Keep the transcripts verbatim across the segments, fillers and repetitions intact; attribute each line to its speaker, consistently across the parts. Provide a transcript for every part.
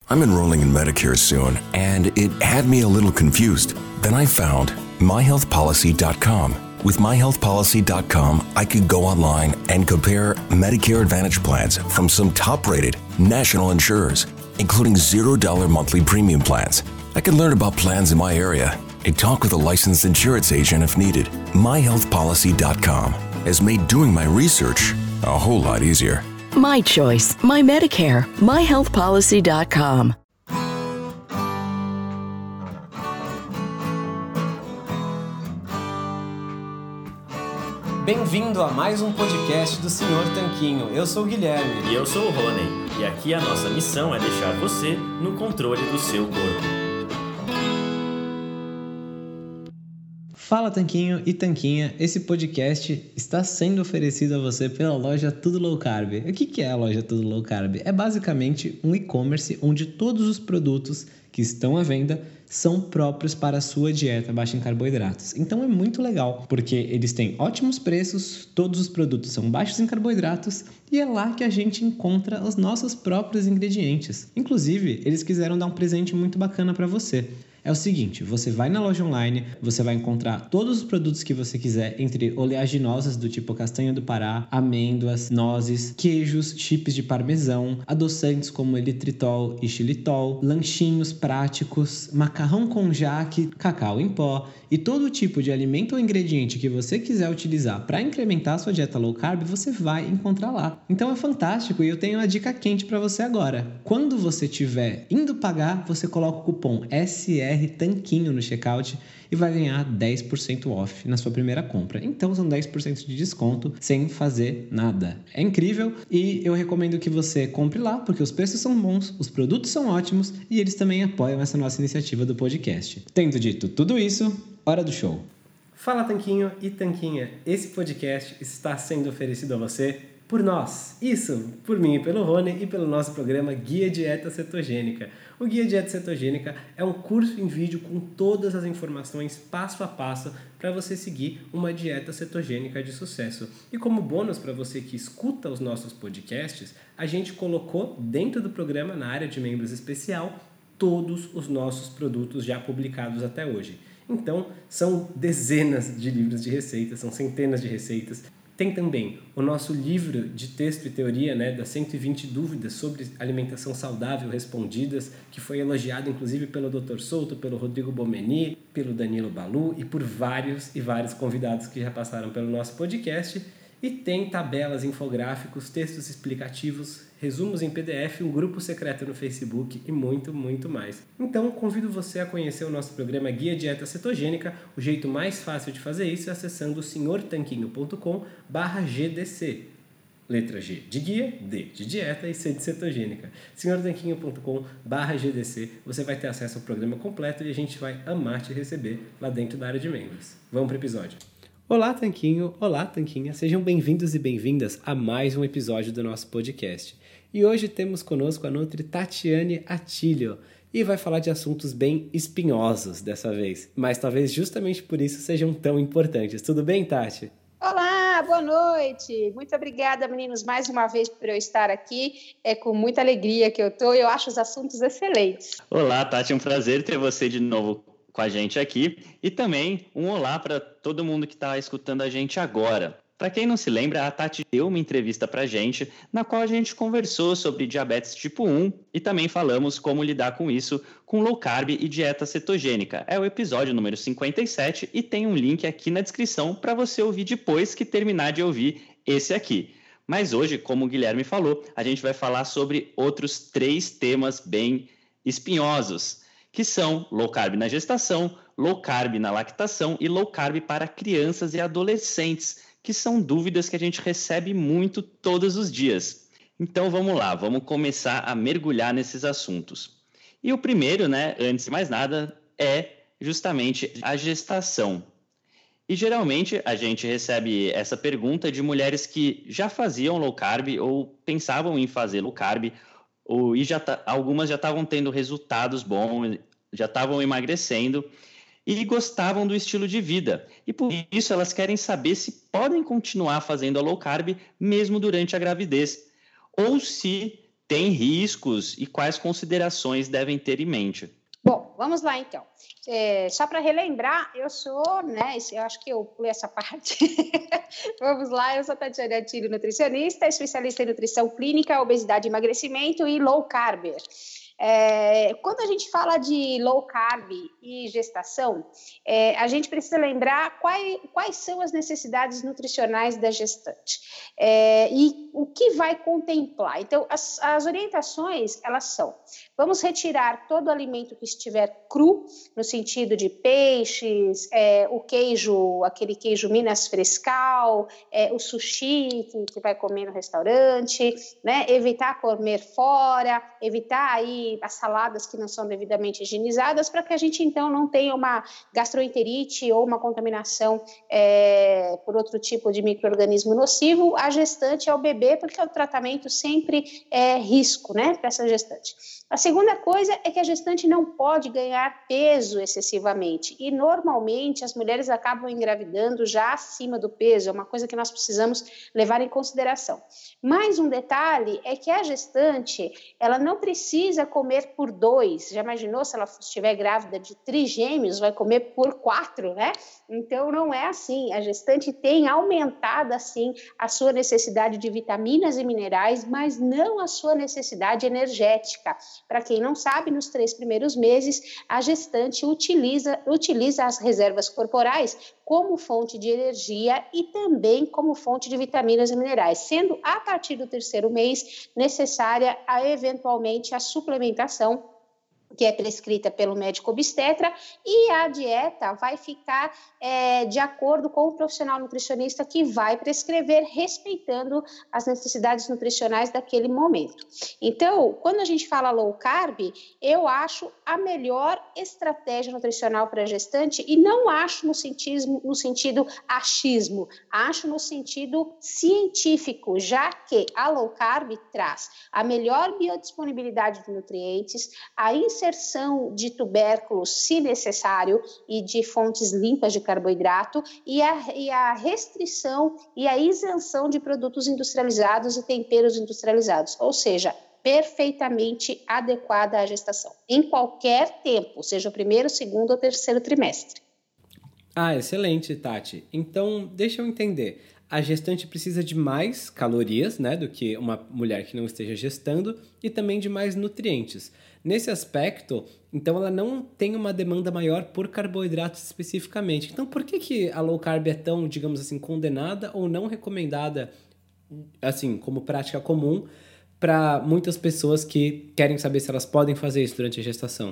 Speaker 1: I'm enrolling in Medicare soon, and it had me a little confused. Then I found my health policy dot com. With my health policy dot com, I could go online and compare Medicare Advantage plans from some top-rated national insurers, including zero dollar monthly premium plans. I could learn about plans in my area and talk with a licensed insurance agent if needed. my health policy dot com has made doing my research a whole lot easier.
Speaker 2: My choice, my Medicare, my health policy dot com.
Speaker 3: Bem-vindo a mais um podcast do senhor Tanquinho. Eu sou o Guilherme.
Speaker 4: E eu sou o Rony. E aqui a nossa missão é deixar você no controle do seu corpo.
Speaker 3: Fala Tanquinho e Tanquinha, esse podcast está sendo oferecido a você pela loja Tudo Low Carb. O que é a loja Tudo Low Carb? É basicamente um e-commerce onde todos os produtos que estão à venda são próprios para a sua dieta baixa em carboidratos. Então é muito legal, porque eles têm ótimos preços, todos os produtos são baixos em carboidratos e é lá que a gente encontra os nossos próprios ingredientes. Inclusive, eles quiseram dar um presente muito bacana para você. É o seguinte, você vai na loja online, você vai encontrar todos os produtos que você quiser, entre oleaginosas do tipo castanha do Pará, amêndoas, nozes, queijos, chips de parmesão, adoçantes como eritritol e xilitol, lanchinhos práticos, macarrão com jaque, cacau em pó e todo tipo de alimento ou ingrediente que você quiser utilizar para incrementar a sua dieta low carb, você vai encontrar lá. Então é fantástico e eu tenho uma dica quente para você agora. Quando você estiver indo pagar, você coloca o cupom S R Tanquinho no checkout e vai ganhar dez por cento off na sua primeira compra. Então são dez por cento de desconto sem fazer nada. É incrível e eu recomendo que você compre lá porque os preços são bons, os produtos são ótimos e eles também apoiam essa nossa iniciativa do podcast. Tendo dito tudo isso, hora do show. Fala Tanquinho e Tanquinha, esse podcast está sendo oferecido a você por nós, isso, por mim e pelo Rony e pelo nosso programa Guia Dieta Cetogênica. O Guia Dieta Cetogênica é um curso em vídeo com todas as informações passo a passo para você seguir uma dieta cetogênica de sucesso. E como bônus para você que escuta os nossos podcasts, a gente colocou dentro do programa, na área de membros especial, todos os nossos produtos já publicados até hoje. Então, são dezenas de livros de receitas, são centenas de receitas. Tem também o nosso livro de texto e teoria, né, das cento e vinte dúvidas sobre alimentação saudável respondidas, que foi elogiado inclusive pelo doutor Souto, pelo Rodrigo Bomeni, pelo Danilo Balu e por vários e vários convidados que já passaram pelo nosso podcast. E tem tabelas, infográficos, textos explicativos, resumos em P D F, um grupo secreto no Facebook e muito, muito mais. Então, convido você a conhecer o nosso programa Guia Dieta Cetogênica. O jeito mais fácil de fazer isso é acessando senhor tanquinho ponto com barra G D C. Letra G de guia, D de dieta e C de cetogênica. senhor tanquinho ponto com barra G D C. Você vai ter acesso ao programa completo e a gente vai amar te receber lá dentro da área de membros. Vamos para o episódio. Olá, Tanquinho! Olá, Tanquinha! Sejam bem-vindos e bem-vindas a mais um episódio do nosso podcast. E hoje temos conosco a Nutri Tatiane Atílio e vai falar de assuntos bem espinhosos dessa vez, mas talvez justamente por isso sejam tão importantes. Tudo bem, Tati?
Speaker 5: Olá, boa noite! Muito obrigada, meninos, mais uma vez por eu estar aqui. É com muita alegria que eu estou e eu acho os assuntos excelentes.
Speaker 4: Olá, Tati, é um prazer ter você de novo com a gente aqui e também um olá para todo mundo que está escutando a gente agora. Para quem não se lembra, a Tati deu uma entrevista para a gente, na qual a gente conversou sobre diabetes tipo um e também falamos como lidar com isso com low carb e dieta cetogênica. É o episódio número cinquenta e sete e tem um link aqui na descrição para você ouvir depois que terminar de ouvir esse aqui. Mas hoje, como o Guilherme falou, a gente vai falar sobre outros três temas bem espinhosos, que são low carb na gestação, low carb na lactação e low carb para crianças e adolescentes, que são dúvidas que a gente recebe muito todos os dias. Então vamos lá, vamos começar a mergulhar nesses assuntos. E o primeiro, né, antes de mais nada, é justamente a gestação. E geralmente a gente recebe essa pergunta de mulheres que já faziam low carb ou pensavam em fazer low carb, ou, e já tá, algumas já estavam tendo resultados bons, já estavam emagrecendo e gostavam do estilo de vida. E por isso elas querem saber se podem continuar fazendo a low carb mesmo durante a gravidez, ou se tem riscos e quais considerações devem ter em mente?
Speaker 5: Bom, vamos lá então. É, só para relembrar, eu sou, né, eu acho que eu pulei essa parte. Vamos lá, eu sou Tatiane Atílio, nutricionista, especialista em nutrição clínica, obesidade e emagrecimento e low carb. É, quando a gente fala de low carb e gestação, é, a gente precisa lembrar quais, quais são as necessidades nutricionais da gestante é, e o que vai contemplar. Então, as, as orientações, elas são: vamos retirar todo o alimento que estiver cru, no sentido de peixes, é, o queijo, aquele queijo Minas Frescal, é, o sushi que, que vai comer no restaurante, né? Evitar comer fora, evitar aí as saladas que não são devidamente higienizadas, para que a gente então não tenha uma gastroenterite ou uma contaminação é, por outro tipo de micro-organismo nocivo à gestante e ao bebê, porque o tratamento sempre é risco, né, para essa gestante. A segunda coisa é que a gestante não pode ganhar peso excessivamente e normalmente as mulheres acabam engravidando já acima do peso, é uma coisa que nós precisamos levar em consideração. Mais um detalhe é que a gestante, ela não precisa comer por dois. Já imaginou se ela estiver grávida de trigêmeos, vai comer por quatro, né? Então não é assim. A gestante tem aumentado assim a sua necessidade de vitaminas e minerais, mas não a sua necessidade energética. Para quem não sabe, nos três primeiros meses, a gestante utiliza, utiliza as reservas corporais como fonte de energia e também como fonte de vitaminas e minerais, sendo a partir do terceiro mês necessária a, eventualmente a suplementação que é prescrita pelo médico obstetra, e a dieta vai ficar é, de acordo com o profissional nutricionista que vai prescrever, respeitando as necessidades nutricionais daquele momento. Então, quando a gente fala low carb, eu acho a melhor estratégia nutricional para a gestante, e não acho no sentido, no sentido achismo, acho no sentido científico, já que a low carb traz a melhor biodisponibilidade de nutrientes, a inserção de tubérculos, se necessário, e de fontes limpas de carboidrato, e a, e a restrição e a isenção de produtos industrializados e temperos industrializados, ou seja, perfeitamente adequada à gestação, em qualquer tempo, seja o primeiro, segundo ou terceiro trimestre.
Speaker 3: Ah, excelente, Tati. Então, deixa eu entender. A gestante precisa de mais calorias, né, do que uma mulher que não esteja gestando, e também de mais nutrientes. Nesse aspecto, então ela não tem uma demanda maior por carboidratos especificamente. Então, por que que a low carb é tão, digamos assim, condenada ou não recomendada, assim, como prática comum, para muitas pessoas que querem saber se elas podem fazer isso durante a gestação?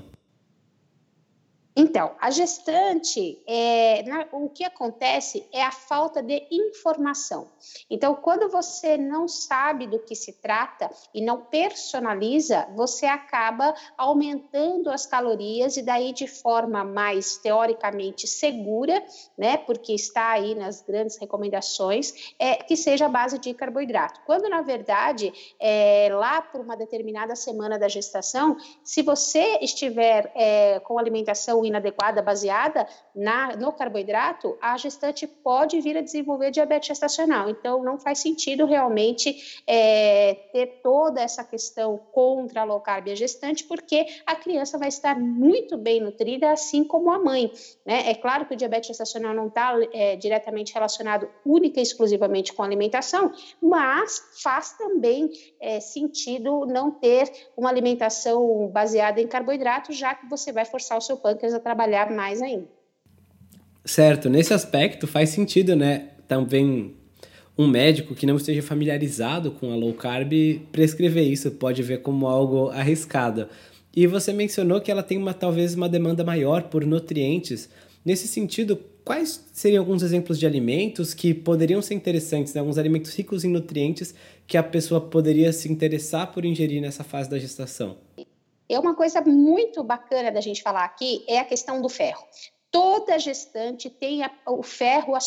Speaker 5: Então, a gestante, é, na, o que acontece é a falta de informação. Então, quando você não sabe do que se trata e não personaliza, você acaba aumentando as calorias e daí de forma mais teoricamente segura, né, porque está aí nas grandes recomendações, é, que seja a base de carboidrato. Quando, na verdade, é, lá por uma determinada semana da gestação, se você estiver é, com alimentação inadequada, baseada na, no carboidrato, a gestante pode vir a desenvolver diabetes gestacional. Então, não faz sentido realmente é, ter toda essa questão contra a low carb e a gestante, porque a criança vai estar muito bem nutrida, assim como a mãe, né? É claro que o diabetes gestacional não está é, diretamente relacionado única e exclusivamente com a alimentação, mas faz também é, sentido não ter uma alimentação baseada em carboidrato, já que você vai forçar o seu pâncreas a trabalhar mais ainda.
Speaker 3: Certo, nesse aspecto faz sentido, né? Também um médico que não esteja familiarizado com a low carb prescrever isso, pode ver como algo arriscado. E você mencionou que ela tem uma, talvez uma demanda maior por nutrientes. Nesse sentido, quais seriam alguns exemplos de alimentos que poderiam ser interessantes, né? Alguns alimentos ricos em nutrientes que a pessoa poderia se interessar por ingerir nessa fase da gestação?
Speaker 5: É uma coisa muito bacana da gente falar aqui, é a questão do ferro. Toda gestante tem a, o ferro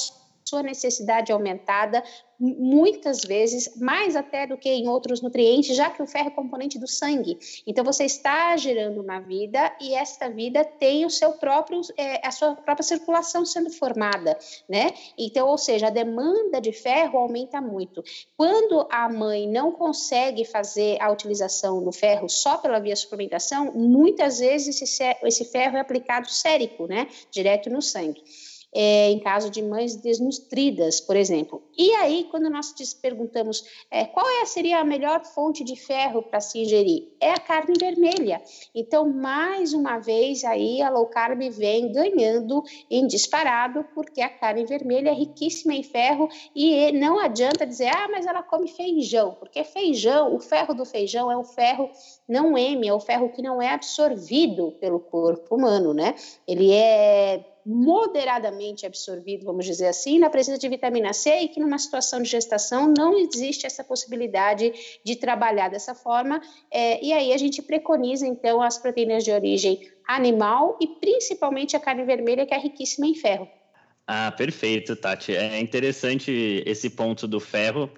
Speaker 5: sua necessidade aumentada, muitas vezes, mais até do que em outros nutrientes, já que o ferro é componente do sangue. Então, você está gerando uma vida e esta vida tem o seu próprio, é, a sua própria circulação sendo formada, né? Então, ou seja, a demanda de ferro aumenta muito. Quando a mãe não consegue fazer a utilização do ferro só pela via suplementação, muitas vezes esse, esse ferro é aplicado sérico, né? Direto no sangue. É, em caso de mães desnutridas, por exemplo. E aí, quando nós te perguntamos é, qual é, seria a melhor fonte de ferro para se ingerir, é a carne vermelha. Então, mais uma vez, aí a low carb vem ganhando em disparado, porque a carne vermelha é riquíssima em ferro e não adianta dizer, ah, mas ela come feijão, porque feijão, o ferro do feijão é o ferro não M, é o ferro que não é absorvido pelo corpo humano, né? Ele é moderadamente absorvido, vamos dizer assim, na presença de vitamina C, e que numa situação de gestação não existe essa possibilidade de trabalhar dessa forma, é, e aí a gente preconiza, então, as proteínas de origem animal e principalmente a carne vermelha, que é riquíssima em ferro.
Speaker 4: Ah, perfeito, Tati. É interessante esse ponto do ferro.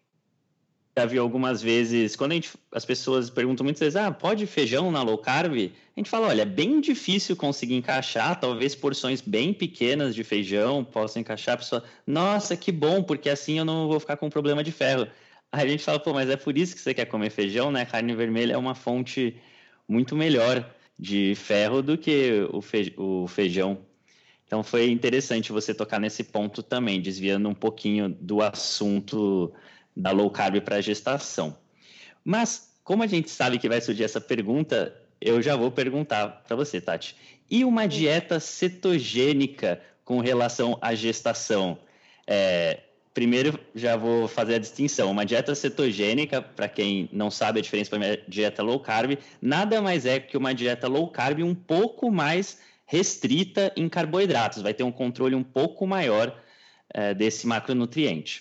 Speaker 4: Já vi algumas vezes, quando a gente, as pessoas perguntam muitas vezes, ah, pode feijão na low carb? A gente fala, olha, é bem difícil conseguir encaixar, talvez porções bem pequenas de feijão possam encaixar. A pessoa, nossa, que bom, porque assim eu não vou ficar com problema de ferro. Aí a gente fala, pô, mas é por isso que você quer comer feijão, né? Carne vermelha é uma fonte muito melhor de ferro do que o, fe... o feijão. Então foi interessante você tocar nesse ponto também, desviando um pouquinho do assunto da low carb para a gestação. Mas, como a gente sabe que vai surgir essa pergunta, eu já vou perguntar para você, Tati. E uma dieta cetogênica com relação à gestação? É, primeiro, já vou fazer a distinção. Uma dieta cetogênica, para quem não sabe a diferença para uma dieta low carb, nada mais é que uma dieta low carb um pouco mais restrita em carboidratos. Vai ter um controle um pouco maior é, desse macronutriente.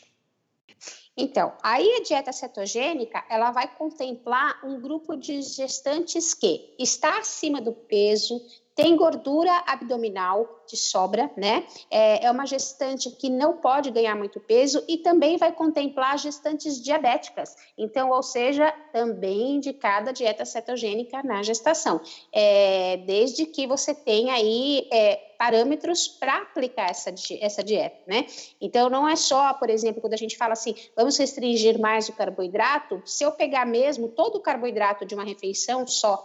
Speaker 5: Então, aí a dieta cetogênica, ela vai contemplar um grupo de gestantes que está acima do peso, tem gordura abdominal de sobra, né? É, é uma gestante que não pode ganhar muito peso e também vai contemplar gestantes diabéticas. Então, ou seja, também indicada a dieta cetogênica na gestação. É, desde que você tenha aí é, parâmetros para aplicar essa, essa dieta, né? Então, não é só, por exemplo, quando a gente fala assim, vamos restringir mais o carboidrato, se eu pegar mesmo todo o carboidrato de uma refeição só,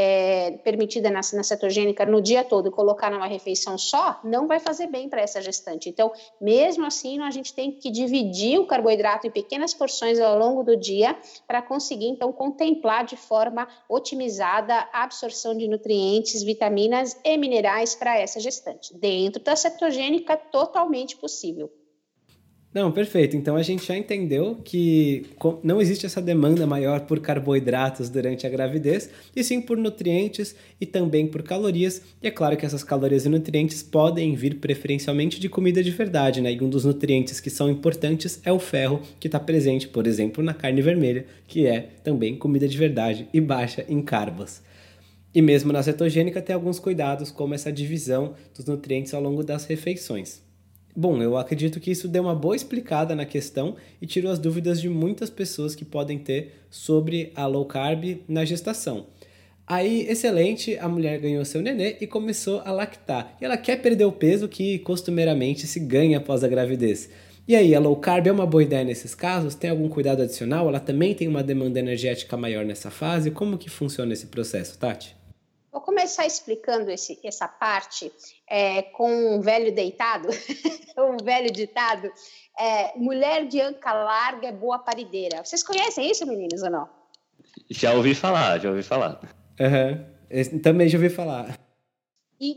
Speaker 5: é, permitida na, na cetogênica no dia todo e colocar numa refeição só, não vai fazer bem para essa gestante. Então, mesmo assim, a gente tem que dividir o carboidrato em pequenas porções ao longo do dia para conseguir, então, contemplar de forma otimizada a absorção de nutrientes, vitaminas e minerais para essa gestante. Dentro da cetogênica, totalmente possível.
Speaker 3: Não, perfeito. Então a gente já entendeu que não existe essa demanda maior por carboidratos durante a gravidez, e sim por nutrientes e também por calorias. E é claro que essas calorias e nutrientes podem vir preferencialmente de comida de verdade, né? E um dos nutrientes que são importantes é o ferro, que está presente, por exemplo, na carne vermelha, que é também comida de verdade e baixa em carbos. E mesmo na cetogênica tem alguns cuidados, como essa divisão dos nutrientes ao longo das refeições. Bom, eu acredito que isso deu uma boa explicada na questão e tirou as dúvidas de muitas pessoas que podem ter sobre a low carb na gestação. Aí, excelente, a mulher ganhou seu nenê e começou a lactar. E ela quer perder o peso que costumeiramente se ganha após a gravidez. E aí, a low carb é uma boa ideia nesses casos? Tem algum cuidado adicional? Ela também tem uma demanda energética maior nessa fase? Como que funciona esse processo, Tati?
Speaker 5: Vou começar explicando esse, essa parte é, com um velho deitado, um velho ditado, é, mulher de anca larga é boa parideira. Vocês conhecem isso, meninos, ou não?
Speaker 4: Já ouvi falar, já ouvi falar.
Speaker 3: Uhum. Também já ouvi falar.
Speaker 5: E,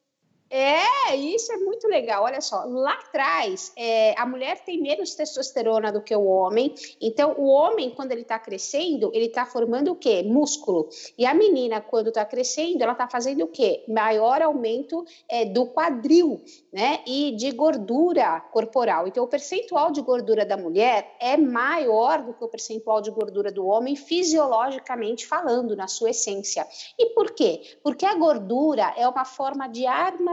Speaker 5: é, isso é muito legal. Olha só, lá atrás, é, a mulher tem menos testosterona do que o homem. Então, o homem, quando ele está crescendo, ele está formando o quê? Músculo. E a menina, quando está crescendo, ela está fazendo o quê? Maior aumento é, do quadril, né? E de gordura corporal. Então, o percentual de gordura da mulher é maior do que o percentual de gordura do homem, fisiologicamente falando, na sua essência. E por quê? Porque a gordura é uma forma de armazenamento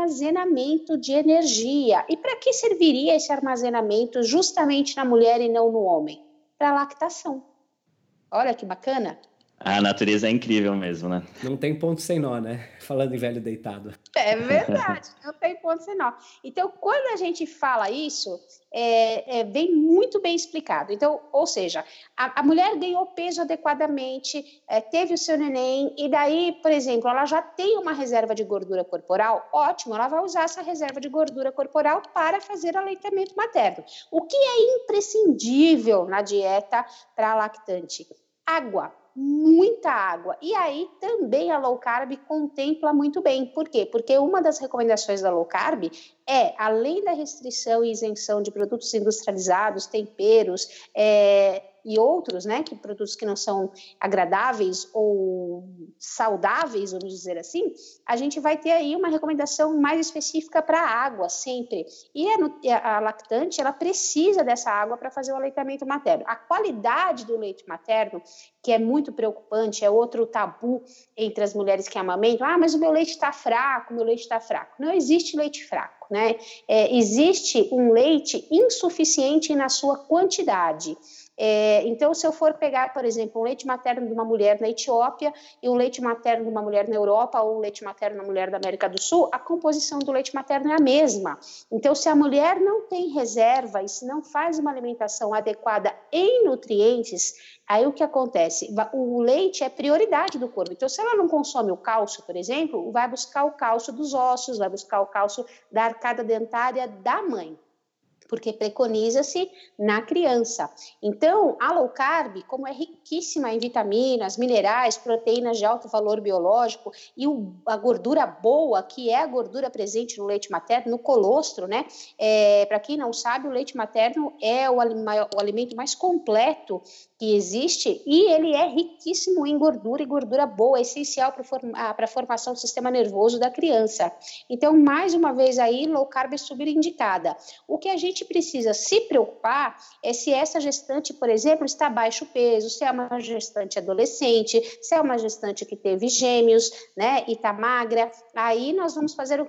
Speaker 5: armazenamento de energia. E para que serviria esse armazenamento justamente na mulher e não no homem? Para lactação. Olha que bacana.
Speaker 4: A natureza é incrível mesmo, né?
Speaker 3: Não tem ponto sem nó, né? Falando em velho deitado.
Speaker 5: É verdade, não tem ponto sem nó. Então, quando a gente fala isso, é, é, vem muito bem explicado. Então, ou seja, a, a mulher ganhou peso adequadamente, é, teve o seu neném, e daí, por exemplo, ela já tem uma reserva de gordura corporal, ótimo, ela vai usar essa reserva de gordura corporal para fazer aleitamento materno. O que é imprescindível na dieta para lactante? Água. Muita água. E aí também a low carb contempla muito bem. Por quê? Porque uma das recomendações da low carb é, além da restrição e isenção de produtos industrializados, temperos é, e outros, né, que produtos que não são agradáveis ou saudáveis, vamos dizer assim, a gente vai ter aí uma recomendação mais específica para a água, sempre. E a, a lactante, ela precisa dessa água para fazer o aleitamento materno. A qualidade do leite materno, que é muito preocupante, é outro tabu entre as mulheres que amamentam. Ah, mas o meu leite está fraco, o meu leite está fraco. Não existe leite fraco. Né? É, existe um leite insuficiente na sua quantidade. É, então, se eu for pegar, por exemplo, um leite materno de uma mulher na Etiópia e um leite materno de uma mulher na Europa ou um leite materno de uma mulher da América do Sul, a composição do leite materno é a mesma. Então, se a mulher não tem reserva e se não faz uma alimentação adequada em nutrientes, aí o que acontece? O leite é prioridade do corpo. Então, se ela não consome o cálcio, por exemplo, vai buscar o cálcio dos ossos, vai buscar o cálcio da arcada dentária da mãe, porque preconiza-se na criança. Então, a low carb, como é riquíssima em vitaminas, minerais, proteínas de alto valor biológico e o, a gordura boa, que é a gordura presente no leite materno, no colostro, né? É, para quem não sabe, o leite materno é o, o alimento mais completo que existe e ele é riquíssimo em gordura e gordura boa, é essencial para a formação do sistema nervoso da criança. Então, mais uma vez aí, low carb é superindicada. O que a gente precisa se preocupar é se essa gestante, por exemplo, está baixo peso, se é uma gestante adolescente, se é uma gestante que teve gêmeos, né, e está magra, aí nós vamos fazer o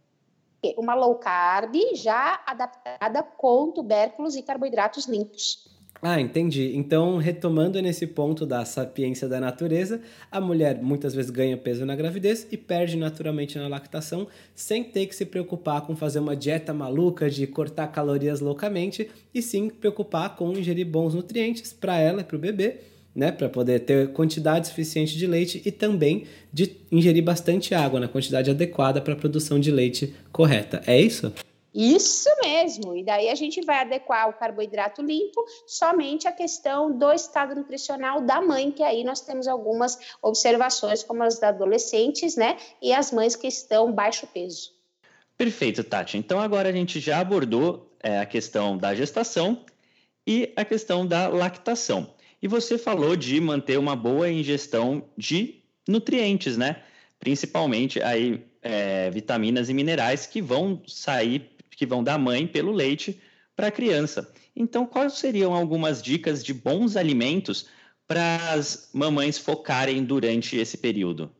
Speaker 5: quê? Uma low carb já adaptada com tubérculos e carboidratos limpos.
Speaker 3: Ah, entendi. Então, retomando nesse ponto da sapiência da natureza, a mulher muitas vezes ganha peso na gravidez e perde naturalmente na lactação, sem ter que se preocupar com fazer uma dieta maluca de cortar calorias loucamente, e sim preocupar com ingerir bons nutrientes para ela e para o bebê, né, para poder ter quantidade suficiente de leite e também de ingerir bastante água na quantidade adequada para a produção de leite correta. É isso?
Speaker 5: Isso mesmo, e daí a gente vai adequar o carboidrato limpo somente à questão do estado nutricional da mãe, que aí nós temos algumas observações, como as da adolescentes, né, e as mães que estão baixo peso.
Speaker 4: Perfeito, Tati. Então agora a gente já abordou é, a questão da gestação e a questão da lactação. E você falou de manter uma boa ingestão de nutrientes, né? Principalmente aí é, vitaminas e minerais que vão sair que vão da mãe pelo leite para a criança. Então, quais seriam algumas dicas de bons alimentos para as mamães focarem durante esse período?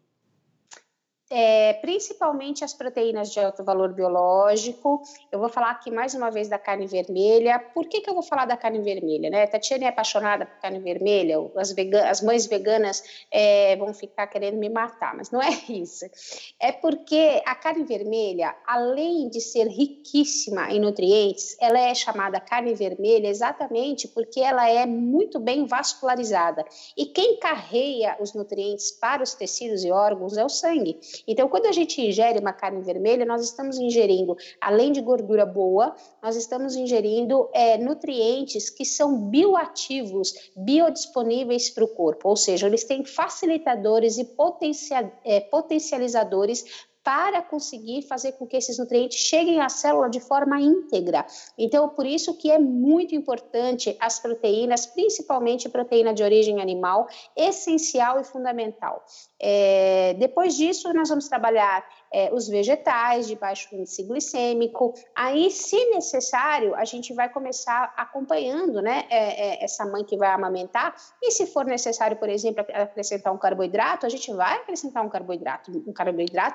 Speaker 5: É, principalmente as proteínas de alto valor biológico. Eu vou falar aqui mais uma vez da carne vermelha. Por que que eu vou falar da carne vermelha, né? Tatiana é apaixonada por carne vermelha, as, vegan, as mães veganas é, vão ficar querendo me matar, mas não é isso. É porque a carne vermelha, além de ser riquíssima em nutrientes, ela é chamada carne vermelha exatamente porque ela é muito bem vascularizada. E quem carrega os nutrientes para os tecidos e órgãos é o sangue. Então, quando a gente ingere uma carne vermelha, nós estamos ingerindo, além de gordura boa, nós estamos ingerindo é, nutrientes que são bioativos, biodisponíveis para o corpo, ou seja, eles têm facilitadores e potencial, é, potencializadores para conseguir fazer com que esses nutrientes cheguem à célula de forma íntegra. Então, por isso que é muito importante as proteínas, principalmente proteína de origem animal, essencial e fundamental. É, depois disso, nós vamos trabalhar é, os vegetais de baixo índice glicêmico. Aí, se necessário, a gente vai começar acompanhando, né, é, é, essa mãe que vai amamentar. E se for necessário, por exemplo, acrescentar um carboidrato, a gente vai acrescentar um carboidrato, um carboidrato limpo.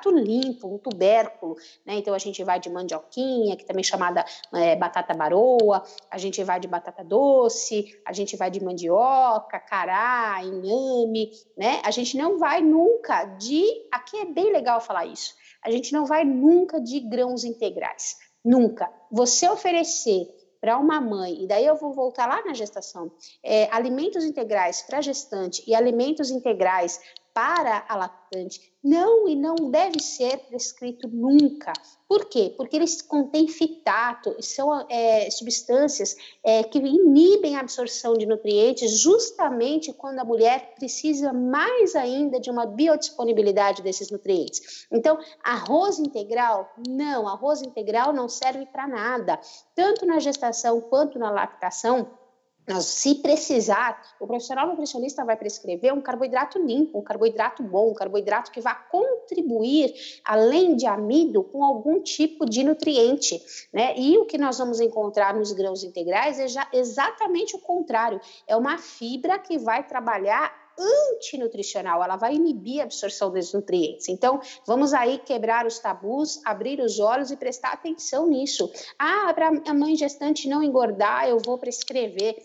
Speaker 5: limpo, um tubérculo, né? Então a gente vai de mandioquinha, que também é chamada é, batata baroa, a gente vai de batata doce, a gente vai de mandioca, cará, inhame, né? A gente não vai nunca de, aqui é bem legal falar isso, a gente não vai nunca de grãos integrais, nunca. Você oferecer para uma mãe, e daí eu vou voltar lá na gestação, é, alimentos integrais para gestante e alimentos integrais para a lactante, não e não deve ser prescrito nunca. Por quê? Porque eles contêm fitato, são é, substâncias é, que inibem a absorção de nutrientes justamente quando a mulher precisa mais ainda de uma biodisponibilidade desses nutrientes. Então, arroz integral, não, arroz integral não serve para nada, tanto na gestação quanto na lactação. Nós, se precisar, o profissional nutricionista vai prescrever um carboidrato limpo, um carboidrato bom, um carboidrato que vai contribuir, além de amido, com algum tipo de nutriente, né? E o que nós vamos encontrar nos grãos integrais é já exatamente o contrário, é uma fibra que vai trabalhar antinutricional, ela vai inibir a absorção desses nutrientes. Então, vamos aí quebrar os tabus, abrir os olhos e prestar atenção nisso. Ah, para a mãe gestante não engordar, eu vou prescrever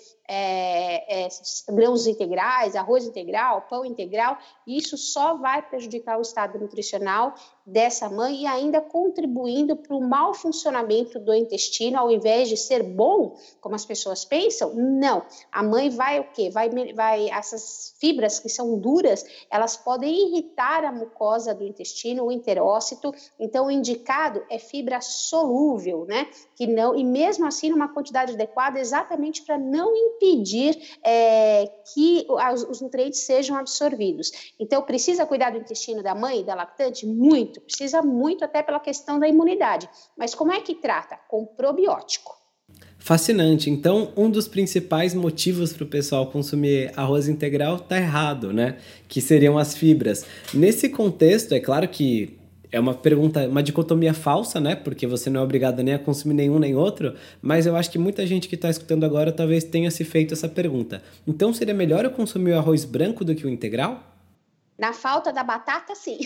Speaker 5: é, é, grãos integrais, arroz integral, pão integral. Isso só vai prejudicar o estado nutricional dessa mãe e ainda contribuindo para o mau funcionamento do intestino, ao invés de ser bom, como as pessoas pensam, não. A mãe vai o quê? Vai, vai, essas fibras que são duras, elas podem irritar a mucosa do intestino, o enterócito, então o indicado é fibra solúvel, né? Que não, e mesmo assim numa quantidade adequada, exatamente para não impedir é, que os, os nutrientes sejam absorvidos. Então, precisa cuidar do intestino da mãe, da lactante? Muito. Precisa muito até pela questão da imunidade. Mas como é que trata? Com probiótico.
Speaker 3: Fascinante. Então, um dos principais motivos para o pessoal consumir arroz integral está errado, né? Que seriam as fibras. Nesse contexto, é claro que é uma pergunta, uma dicotomia falsa, né? Porque você não é obrigado nem a consumir nenhum nem outro, mas eu acho que muita gente que está escutando agora talvez tenha se feito essa pergunta. Então, seria melhor eu consumir o arroz branco do que o integral?
Speaker 5: Na falta da batata, sim.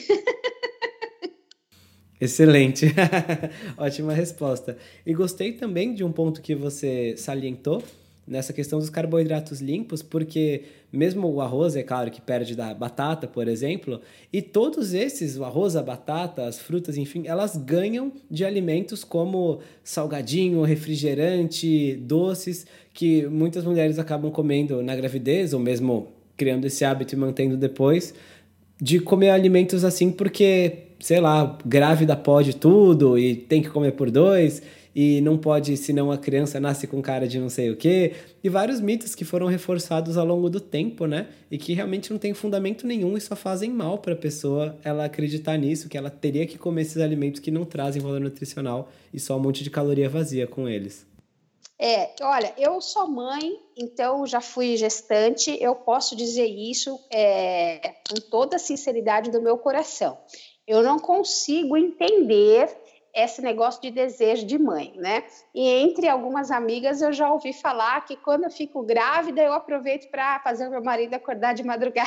Speaker 3: Excelente, ótima resposta. E gostei também de um ponto que você salientou nessa questão dos carboidratos limpos, porque mesmo o arroz, é claro que perde da batata, por exemplo, e todos esses, o arroz, a batata, as frutas, enfim, elas ganham de alimentos como salgadinho, refrigerante, doces, que muitas mulheres acabam comendo na gravidez, ou mesmo criando esse hábito e mantendo depois, de comer alimentos assim porque, sei lá, grávida pode tudo e tem que comer por dois e não pode, senão a criança nasce com cara de não sei o quê, e vários mitos que foram reforçados ao longo do tempo, né? E que realmente não tem fundamento nenhum e só fazem mal para a pessoa ela acreditar nisso, que ela teria que comer esses alimentos que não trazem valor nutricional e só um monte de caloria vazia com eles.
Speaker 5: É, olha, eu sou mãe, então já fui gestante, eu posso dizer isso é, com toda a sinceridade do meu coração. Eu não consigo entender esse negócio de desejo de mãe, né? E entre algumas amigas eu já ouvi falar que quando eu fico grávida eu aproveito para fazer o meu marido acordar de madrugada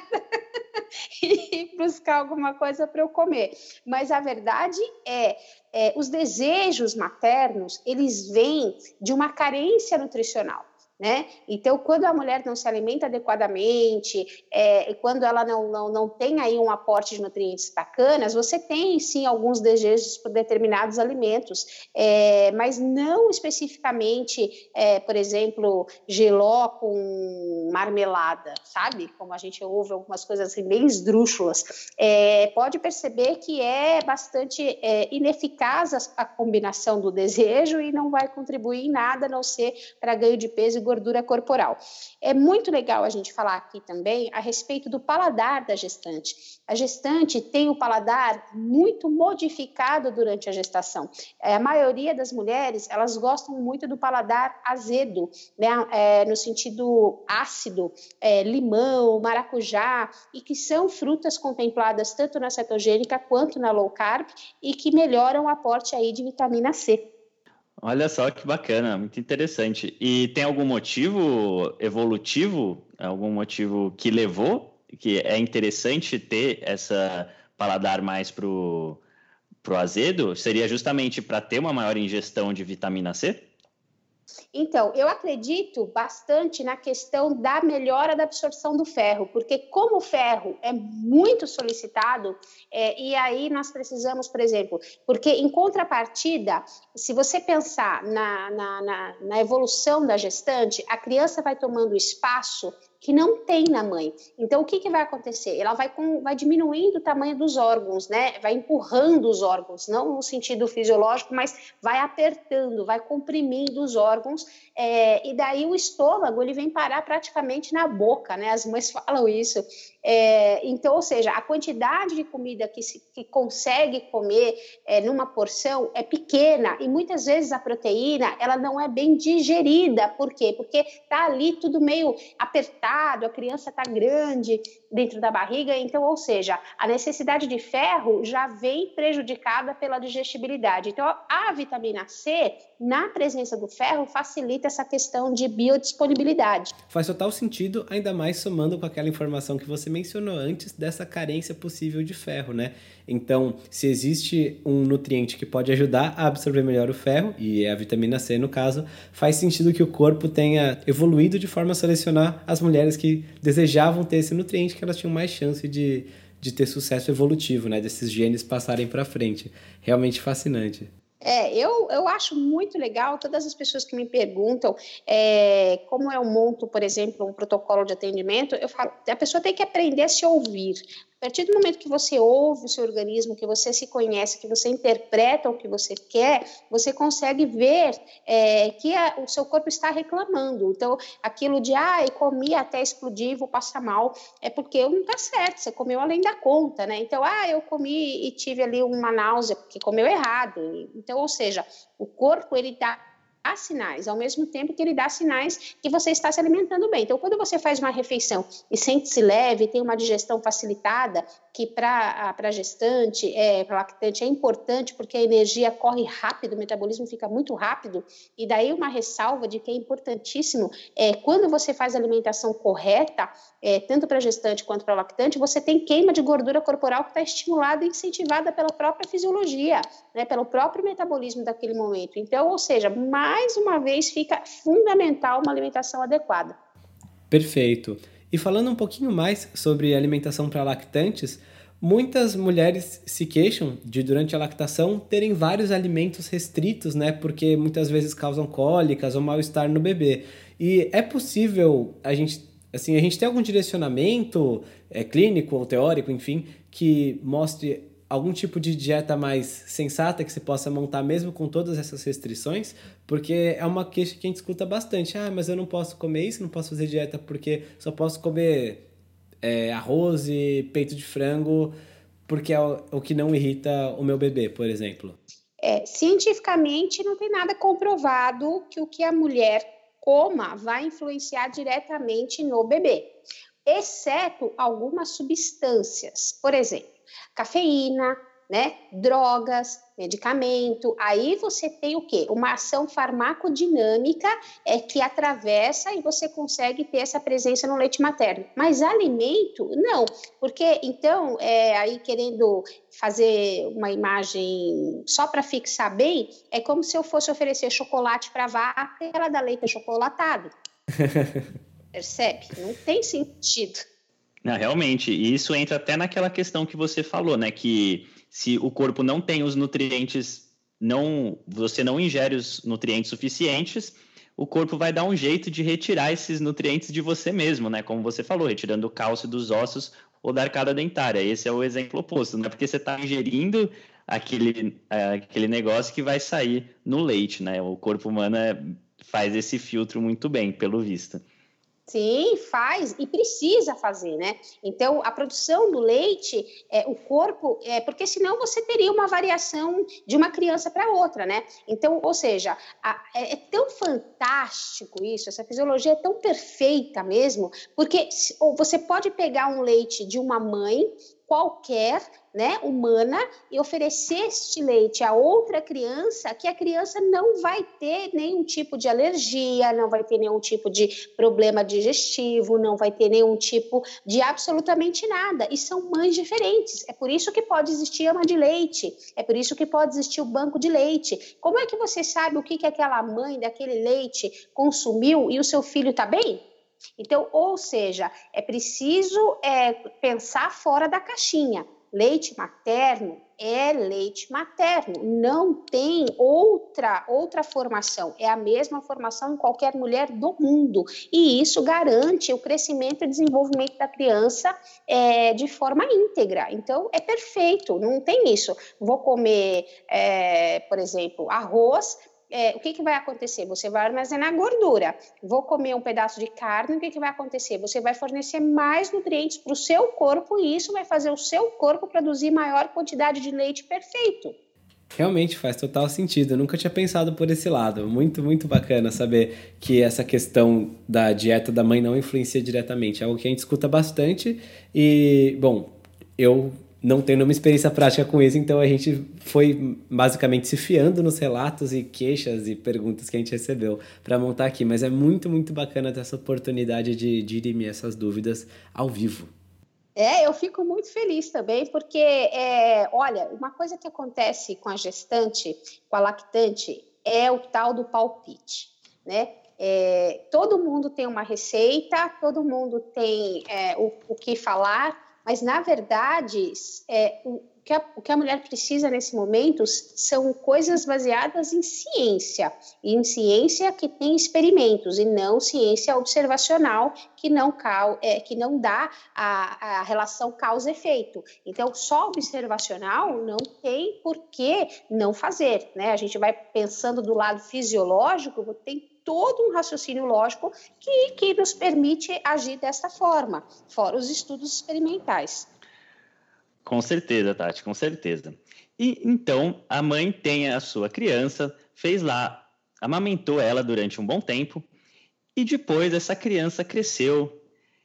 Speaker 5: e buscar alguma coisa para eu comer. Mas a verdade é, é, os desejos maternos, eles vêm de uma carência nutricional. Né? Então, quando a mulher não se alimenta adequadamente, é, quando ela não, não, não tem aí um aporte de nutrientes bacanas, você tem sim alguns desejos por determinados alimentos, é, mas não especificamente, é, por exemplo, jiló com marmelada, sabe? Como a gente ouve algumas coisas assim, bem esdrúxulas. É, pode perceber que é bastante é, ineficaz a, a combinação do desejo e não vai contribuir em nada, a não ser para ganho de peso e gordura corporal. É muito legal a gente falar aqui também a respeito do paladar da gestante. A gestante tem o paladar muito modificado durante a gestação. É, a maioria das mulheres, elas gostam muito do paladar azedo, né? É, no sentido ácido, é, limão, maracujá, e que são frutas contempladas tanto na cetogênica quanto na low carb e que melhoram o aporte aí de vitamina C.
Speaker 4: Olha só que bacana, muito interessante. E tem algum motivo evolutivo, algum motivo que levou, que é interessante ter essa paladar mais pro, pro azedo? Seria justamente para ter uma maior ingestão de vitamina C?
Speaker 5: Então, eu acredito bastante na questão da melhora da absorção do ferro, porque como o ferro é muito solicitado, é, e aí nós precisamos, por exemplo, porque em contrapartida, se você pensar na, na, na, na evolução da gestante, a criança vai tomando espaço que não tem na mãe. Então, o que, que vai acontecer? Ela vai, com, vai diminuindo o tamanho dos órgãos, né? Vai empurrando os órgãos, não no sentido fisiológico, mas vai apertando, vai comprimindo os órgãos, é, e daí o estômago ele vem parar praticamente na boca, né? As mães falam isso. É, então, ou seja, a quantidade de comida que, se, que consegue comer é, numa porção é pequena, e muitas vezes a proteína ela não é bem digerida. Por quê? Porque está ali tudo meio apertado, a criança está grande dentro da barriga, então, ou seja, a necessidade de ferro já vem prejudicada pela digestibilidade. Então, a vitamina C, na presença do ferro, facilita essa questão de biodisponibilidade.
Speaker 3: Faz total sentido, ainda mais somando com aquela informação que você mencionou antes dessa carência possível de ferro, né? Então, se existe um nutriente que pode ajudar a absorver melhor o ferro, e é a vitamina C no caso, faz sentido que o corpo tenha evoluído de forma a selecionar as mulheres que desejavam ter esse nutriente, que elas tinham mais chance de, de ter sucesso evolutivo, né? Desses genes passarem para frente. Realmente fascinante.
Speaker 5: É, eu, eu acho muito legal todas as pessoas que me perguntam é, como eu monto, por exemplo, um protocolo de atendimento. Eu falo, a pessoa tem que aprender a se ouvir. A partir do momento que você ouve o seu organismo, que você se conhece, que você interpreta o que você quer, você consegue ver é, que a, o seu corpo está reclamando. Então, aquilo de, ah, eu comi até explodir, vou passar mal, é porque não está certo, você comeu além da conta, né? Então, ah, eu comi e tive ali uma náusea, porque comeu errado. Então, ou seja, o corpo, ele dá dá sinais, ao mesmo tempo que ele dá sinais que você está se alimentando bem. Então, quando você faz uma refeição e sente-se leve, tem uma digestão facilitada, que para a gestante, é, para lactante, é importante, porque a energia corre rápido, o metabolismo fica muito rápido, e daí uma ressalva de que é importantíssimo, é, quando você faz a alimentação correta, é, tanto para gestante quanto para lactante, você tem queima de gordura corporal que está estimulada e incentivada pela própria fisiologia, né, pelo próprio metabolismo daquele momento. Então, ou seja, mais mais uma vez fica fundamental uma alimentação adequada.
Speaker 3: Perfeito. E falando um pouquinho mais sobre alimentação para lactantes, muitas mulheres se queixam de, durante a lactação, terem vários alimentos restritos, né? Porque muitas vezes causam cólicas ou mal-estar no bebê. E é possível a gente, assim, a gente ter algum direcionamento é, clínico ou teórico, enfim, que mostre algum tipo de dieta mais sensata que se possa montar mesmo com todas essas restrições? Porque é uma queixa que a gente escuta bastante. Ah, mas eu não posso comer isso, não posso fazer dieta porque só posso comer é, arroz e peito de frango, porque é o, o que não irrita o meu bebê, por exemplo.
Speaker 5: É, cientificamente não tem nada comprovado que o que a mulher coma vai influenciar diretamente no bebê, exceto algumas substâncias. Por exemplo, cafeína, né, drogas, medicamento. Aí você tem o quê? Uma ação farmacodinâmica é, que atravessa e você consegue ter essa presença no leite materno. Mas alimento, não. Porque, então, é, aí querendo fazer uma imagem só para fixar bem, é como se eu fosse oferecer chocolate para a vaca e ela dá leite achocolatado. Percebe? Não tem sentido.
Speaker 4: Não, realmente, e isso entra até naquela questão que você falou, né, que se o corpo não tem os nutrientes, não, você não ingere os nutrientes suficientes, o corpo vai dar um jeito de retirar esses nutrientes de você mesmo, né, como você falou, retirando o cálcio dos ossos ou da arcada dentária. Esse é o exemplo oposto, não é porque você está ingerindo aquele, aquele negócio que vai sair no leite, né, o corpo humano é, faz esse filtro muito bem, pelo visto.
Speaker 5: Sim, faz e precisa fazer, né? Então, a produção do leite, é, o corpo, é, porque senão você teria uma variação de uma criança para outra, né? Então, ou seja, a, é, é tão fantástico isso, essa fisiologia é tão perfeita mesmo, porque você pode pegar um leite de uma mãe qualquer, né, humana, e oferecer este leite a outra criança, que a criança não vai ter nenhum tipo de alergia, não vai ter nenhum tipo de problema digestivo, não vai ter nenhum tipo de absolutamente nada. E são mães diferentes. É por isso que pode existir ama de leite, é por isso que pode existir o banco de leite. Como é que você sabe o que, que aquela mãe daquele leite consumiu e o seu filho está bem? Então, ou seja, é preciso é, pensar fora da caixinha. Leite materno é leite materno, não tem outra, outra formação, é a mesma formação em qualquer mulher do mundo, e isso garante o crescimento e desenvolvimento da criança é, de forma íntegra. Então, é perfeito, não tem isso. Vou comer, é, por exemplo, arroz. É, o que, que vai acontecer? Você vai armazenar gordura. Vou comer um pedaço de carne, o que, que vai acontecer? Você vai fornecer mais nutrientes para o seu corpo e isso vai fazer o seu corpo produzir maior quantidade de leite perfeito.
Speaker 3: Realmente faz total sentido. Eu nunca tinha pensado por esse lado. Muito, muito bacana saber que essa questão da dieta da mãe não influencia diretamente. É algo que a gente escuta bastante e, bom, eu não tenho nenhuma experiência prática com isso, então a gente foi basicamente se fiando nos relatos e queixas e perguntas que a gente recebeu para montar aqui. Mas é muito, muito bacana ter essa oportunidade de dirimir essas dúvidas ao vivo.
Speaker 5: É, eu fico muito feliz também, porque, é, olha, uma coisa que acontece com a gestante, com a lactante, é o tal do palpite, né? É, todo mundo tem uma receita, todo mundo tem é, o, o que falar, mas, na verdade, é, o, que a, o que a mulher precisa nesse momento são coisas baseadas em ciência, e em ciência que tem experimentos, e não ciência observacional que não, é, que não dá a, a relação causa-efeito. Então, só observacional não tem por que não fazer, né? A gente vai pensando do lado fisiológico, tem todo um raciocínio lógico que, que nos permite agir dessa forma, fora os estudos experimentais.
Speaker 4: Com certeza, Tati, com certeza. E então, a mãe tem a sua criança, fez lá, amamentou ela durante um bom tempo, e depois essa criança cresceu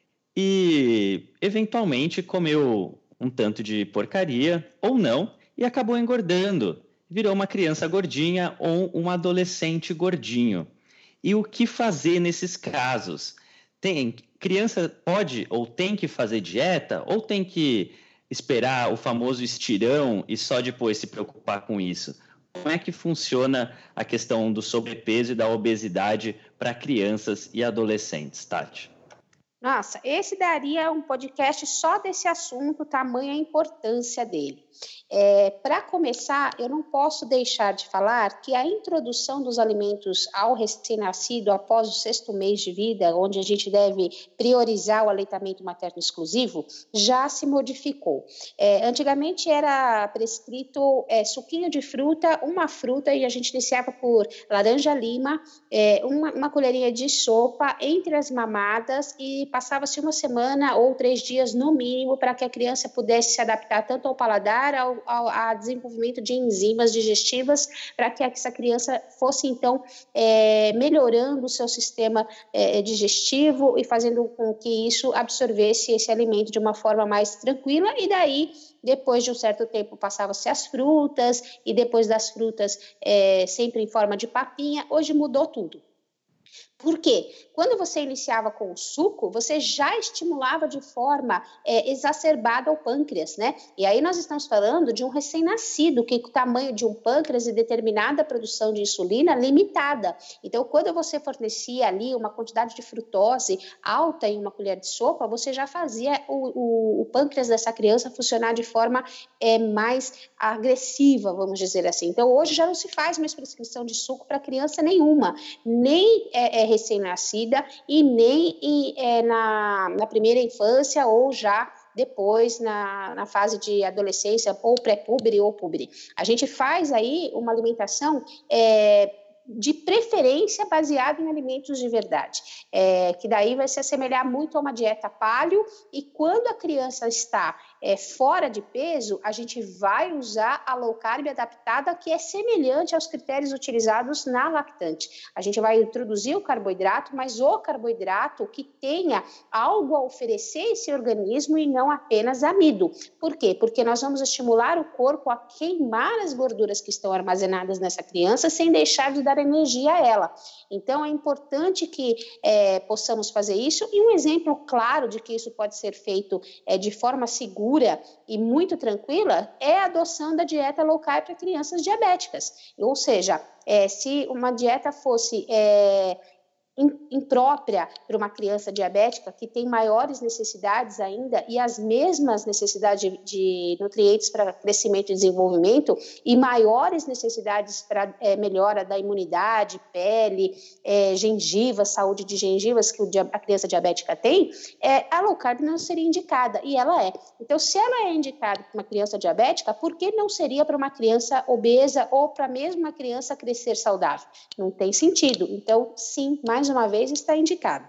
Speaker 4: e, eventualmente, comeu um tanto de porcaria, ou não, e acabou engordando. Virou uma criança gordinha ou um adolescente gordinho. E o que fazer nesses casos? Tem, criança pode ou tem que fazer dieta ou tem que esperar o famoso estirão e só depois se preocupar com isso? Como é que funciona a questão do sobrepeso e da obesidade para crianças e adolescentes, Tati?
Speaker 5: Nossa, esse daria um podcast só desse assunto, tamanha a importância dele. É, para começar, eu não posso deixar de falar que a introdução dos alimentos ao recém-nascido após o sexto mês de vida, onde a gente deve priorizar o aleitamento materno exclusivo, já se modificou. É, antigamente era prescrito é, suquinho de fruta, uma fruta, e a gente iniciava por laranja-lima, é, uma, uma colherinha de sopa entre as mamadas e passava-se uma semana ou três dias no mínimo para que a criança pudesse se adaptar tanto ao paladar, ao, ao, ao desenvolvimento de enzimas digestivas, para que essa criança fosse, então, é, melhorando o seu sistema é, digestivo e fazendo com que isso absorvesse esse alimento de uma forma mais tranquila, e daí, depois de um certo tempo, passava-se as frutas, e depois das frutas, é, sempre em forma de papinha. Hoje mudou tudo. Por quê? Quando você iniciava com o suco, você já estimulava de forma é, exacerbada o pâncreas, né? E aí nós estamos falando de um recém-nascido, que com o tamanho de um pâncreas e determinada produção de insulina limitada. Então, quando você fornecia ali uma quantidade de frutose alta em uma colher de sopa, você já fazia o, o, o pâncreas dessa criança funcionar de forma é, mais agressiva, vamos dizer assim. Então, hoje já não se faz mais prescrição de suco para criança nenhuma, nem é, é recém-nascida e nem em, é, na, na primeira infância ou já depois na, na fase de adolescência ou pré-púbere ou púbere. A gente faz aí uma alimentação é, de preferência baseada em alimentos de verdade, é, que daí vai se assemelhar muito a uma dieta paleo, e quando a criança está é, fora de peso, a gente vai usar a low carb adaptada, que é semelhante aos critérios utilizados na lactante. A gente vai introduzir o carboidrato, mas o carboidrato que tenha algo a oferecer a esse organismo e não apenas amido. Por quê? Porque nós vamos estimular o corpo a queimar as gorduras que estão armazenadas nessa criança sem deixar de dar energia a ela. Então, é importante que é, possamos fazer isso, e um exemplo claro de que isso pode ser feito é, de forma segura e muito tranquila é a adoção da dieta low carb para crianças diabéticas. Ou seja, é, se uma dieta fosse é, imprópria para uma criança diabética que tem maiores necessidades ainda e as mesmas necessidades de, de nutrientes para crescimento e desenvolvimento e maiores necessidades para é, melhora da imunidade, pele, é, gengiva, saúde de gengivas que o, a criança diabética tem, é, a low carb não seria indicada, e ela é. Então, se ela é indicada para uma criança diabética, por que não seria para uma criança obesa ou para mesmo uma criança crescer saudável? Não tem sentido. Então, sim, mais uma vez está indicado.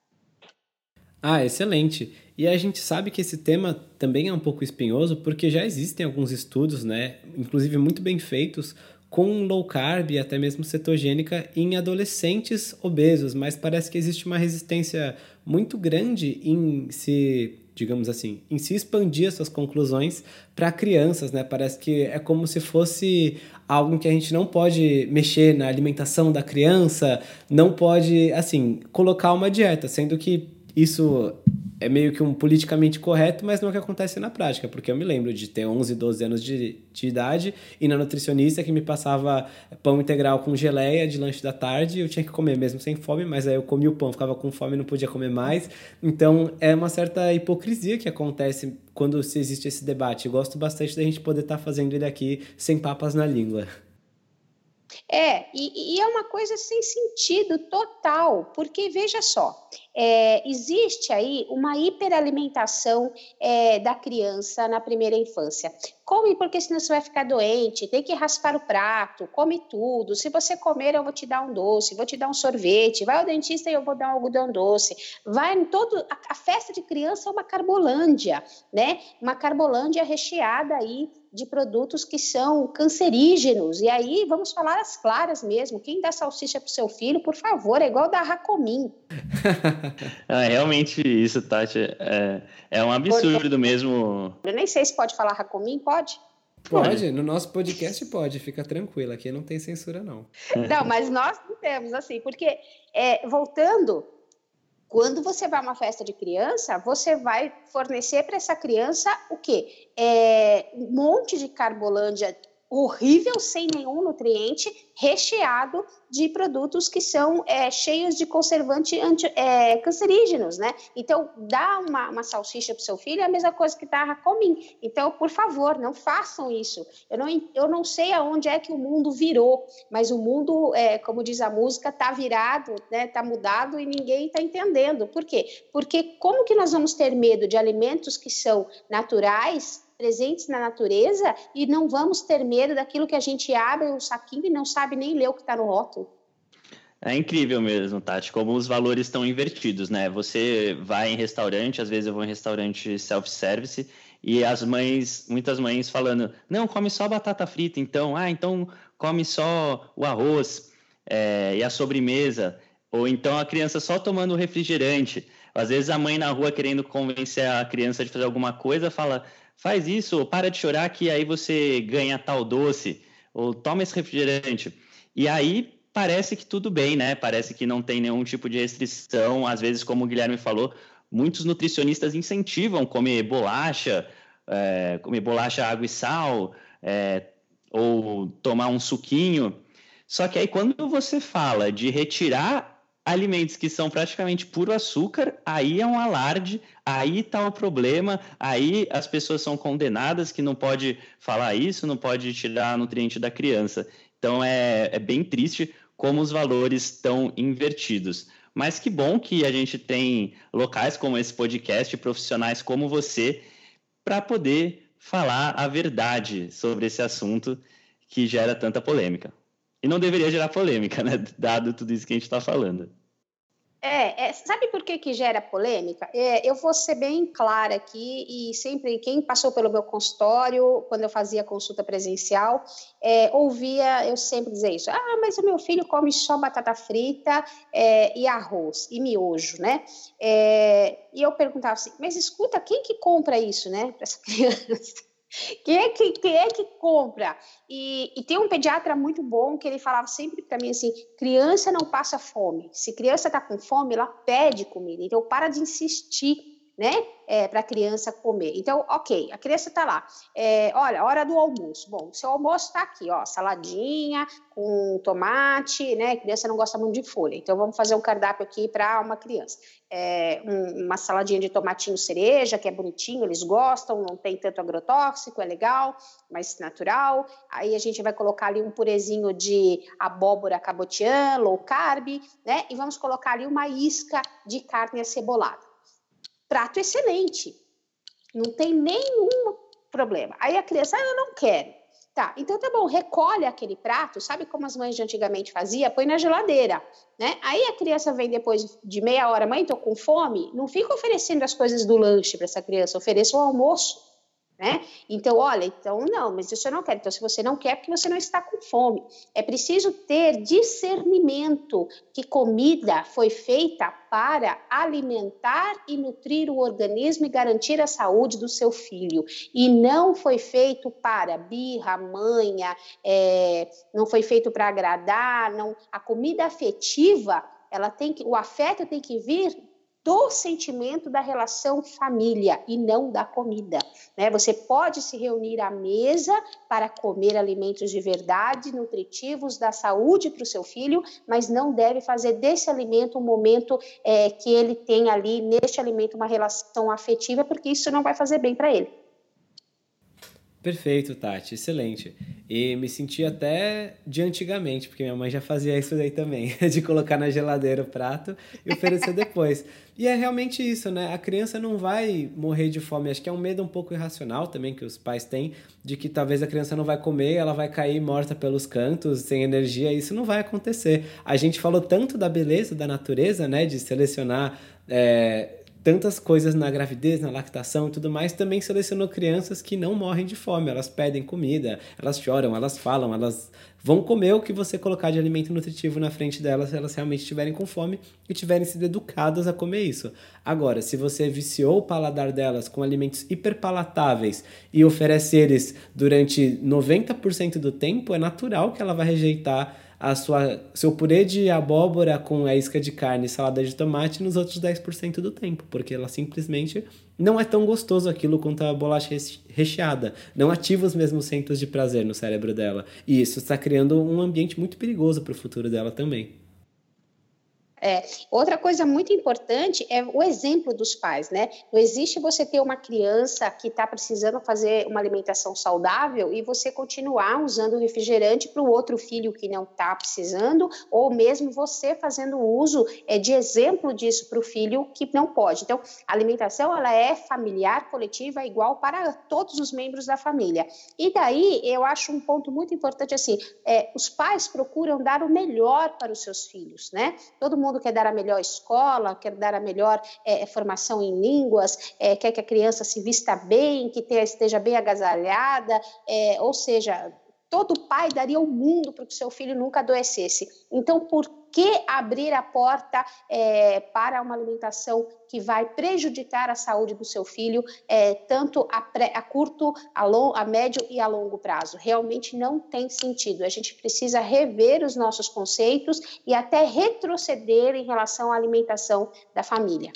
Speaker 3: Ah, excelente. E a gente sabe que esse tema também é um pouco espinhoso porque já existem alguns estudos, né, inclusive muito bem feitos, com low carb e até mesmo cetogênica em adolescentes obesos, mas parece que existe uma resistência muito grande em se, digamos assim, em se expandir essas conclusões para crianças, né? Parece que é como se fosse algo que a gente não pode mexer na alimentação da criança, não pode, assim, colocar uma dieta, sendo que isso é meio que um politicamente correto, mas não é o que acontece na prática, porque eu me lembro de ter onze, doze anos de, de idade e na nutricionista que me passava pão integral com geleia de lanche da tarde, eu tinha que comer mesmo sem fome, mas aí eu comia o pão, ficava com fome e não podia comer mais. Então é uma certa hipocrisia que acontece quando se existe esse debate. Eu gosto bastante da gente poder estar fazendo ele aqui sem papas na língua.
Speaker 5: É, e, e é uma coisa sem sentido total, porque veja só, é, existe aí uma hiperalimentação é, da criança na primeira infância. Come porque senão você vai ficar doente, tem que raspar o prato, come tudo, se você comer eu vou te dar um doce, vou te dar um sorvete, vai ao dentista e eu vou dar um algodão doce, vai em todo, a, a festa de criança é uma carbolândia, né, uma carbolândia recheada aí de produtos que são cancerígenos, e aí vamos falar as claras mesmo, quem dá salsicha pro seu filho, por favor, é igual dar Racomim.
Speaker 4: É, realmente isso, Tati, é, é um absurdo mesmo.
Speaker 5: Eu nem sei se pode falar Racomim, pode?
Speaker 3: Pode, no nosso podcast pode, fica tranquilo, aqui não tem censura não.
Speaker 5: Não, mas nós não temos, assim, porque, é, voltando, quando você vai a uma festa de criança, você vai fornecer para essa criança o quê? É, um monte de carbolândia horrível, sem nenhum nutriente, recheado de produtos que são é, cheios de conservantes anti, é, cancerígenos, né? Então, dá uma, uma salsicha para o seu filho é a mesma coisa que dar Racomim. Então, por favor, não façam isso. Eu não, eu não sei aonde é que o mundo virou, mas o mundo, é, como diz a música, está virado, né? Está mudado e ninguém está entendendo. Por quê? Porque como que nós vamos ter medo de alimentos que são naturais, presentes na natureza, e não vamos ter medo daquilo que a gente abre um saquinho e não sabe nem ler o que está no rótulo?
Speaker 4: É incrível mesmo, Tati, como os valores estão invertidos, né? Você vai em restaurante, às vezes eu vou em restaurante self-service, e as mães, muitas mães falando, não, come só batata frita, então, ah, então come só o arroz é, e a sobremesa, ou então a criança só tomando refrigerante. Às vezes a mãe na rua querendo convencer a criança de fazer alguma coisa, fala, faz isso, ou para de chorar que aí você ganha tal doce, ou toma esse refrigerante. E aí parece que tudo bem, né? Parece que não tem nenhum tipo de restrição. Às vezes, como o Guilherme falou, muitos nutricionistas incentivam comer bolacha, é, comer bolacha, água e sal, é, ou tomar um suquinho. Só que aí quando você fala de retirar alimentos que são praticamente puro açúcar, aí é um alarde, aí está o problema, aí as pessoas são condenadas que não pode falar isso, não pode tirar nutriente da criança. Então é, é bem triste como os valores estão invertidos. Mas que bom que a gente tem locais como esse podcast, profissionais como você, para poder falar a verdade sobre esse assunto que gera tanta polêmica. E não deveria gerar polêmica, né? Dado tudo isso que a gente está falando.
Speaker 5: É, é, sabe por que que gera polêmica? É, eu vou ser bem clara aqui e sempre quem passou pelo meu consultório, quando eu fazia consulta presencial, é, ouvia eu sempre dizer isso. Ah, mas o meu filho come só batata frita é, e arroz e miojo, né? É, e eu perguntava assim, mas escuta, quem que compra isso, né, para essa criança? Quem é que, quem é que compra? E, e tem um pediatra muito bom que ele falava sempre para mim assim, criança não passa fome. Se criança está com fome, ela pede comida. Então, para de insistir, né, é, para a criança comer. Então, ok, a criança está lá. É, olha, hora do almoço. Bom, seu almoço está aqui, ó, saladinha com tomate, né? A criança não gosta muito de folha. Então, vamos fazer um cardápio aqui para uma criança. É, um, uma saladinha de tomatinho cereja, que é bonitinho, eles gostam, não tem tanto agrotóxico, é legal, mais natural. Aí a gente vai colocar ali um purezinho de abóbora cabotiã, low carb, né? E vamos colocar ali uma isca de carne acebolada. Prato excelente, não tem nenhum problema. Aí a criança, ah, eu não quero. Tá, então tá bom, recolhe aquele prato, sabe como as mães de antigamente faziam? Põe na geladeira, né? Aí a criança vem depois de meia hora, mãe, tô com fome, não fica oferecendo as coisas do lanche para essa criança, ofereça o almoço, né? Então, olha, então não, mas isso eu não quero. Então, se você não quer, é porque você não está com fome. É preciso ter discernimento que comida foi feita para alimentar e nutrir o organismo e garantir a saúde do seu filho. E não foi feito para birra, manha, é, não foi feito para agradar. Não. A comida afetiva, ela tem que, o afeto tem que vir do sentimento da relação família e não da comida, né? Você pode se reunir à mesa para comer alimentos de verdade, nutritivos, da saúde para o seu filho, mas não deve fazer desse alimento um momento é, que ele tem ali, neste alimento, uma relação afetiva, porque isso não vai fazer bem para ele.
Speaker 3: Perfeito, Tati, excelente. E me senti até de antigamente, porque minha mãe já fazia isso daí também, de colocar na geladeira o prato e oferecer depois. E é realmente isso, né? A criança não vai morrer de fome. Acho que é um medo um pouco irracional também que os pais têm, de que talvez a criança não vai comer, ela vai cair morta pelos cantos, sem energia. Isso não vai acontecer. A gente falou tanto da beleza da natureza, né? De selecionar... É... tantas coisas na gravidez, na lactação e tudo mais, também selecionou crianças que não morrem de fome, elas pedem comida, elas choram, elas falam, elas vão comer o que você colocar de alimento nutritivo na frente delas se elas realmente estiverem com fome e tiverem sido educadas a comer isso. Agora, se você viciou o paladar delas com alimentos hiperpalatáveis e oferece eles durante noventa por cento do tempo, é natural que ela vai rejeitar a sua, seu purê de abóbora com a isca de carne e salada de tomate nos outros dez por cento do tempo, porque ela simplesmente não é tão gostoso aquilo quanto a bolacha recheada, não ativa os mesmos centros de prazer no cérebro dela, e isso está criando um ambiente muito perigoso para o futuro dela também.
Speaker 5: É, outra coisa muito importante é o exemplo dos pais, né? Não existe você ter uma criança que está precisando fazer uma alimentação saudável e você continuar usando refrigerante para o outro filho que não está precisando, ou mesmo você fazendo uso é, de exemplo disso para o filho que não pode. Então, a alimentação ela é familiar, coletiva, igual para todos os membros da família. E daí, eu acho um ponto muito importante assim, é, os pais procuram dar o melhor para os seus filhos, né? Todo mundo quer dar a melhor escola, quer dar a melhor é, formação em línguas, é, quer que a criança se vista bem, que tenha, esteja bem agasalhada, é, ou seja, todo pai daria o mundo para que o seu filho nunca adoecesse. Então, por que abrir a porta é, para uma alimentação que vai prejudicar a saúde do seu filho, é, tanto a, pré, a curto, a, long, a médio e a longo prazo? Realmente não tem sentido. A gente precisa rever os nossos conceitos e até retroceder em relação à alimentação da família.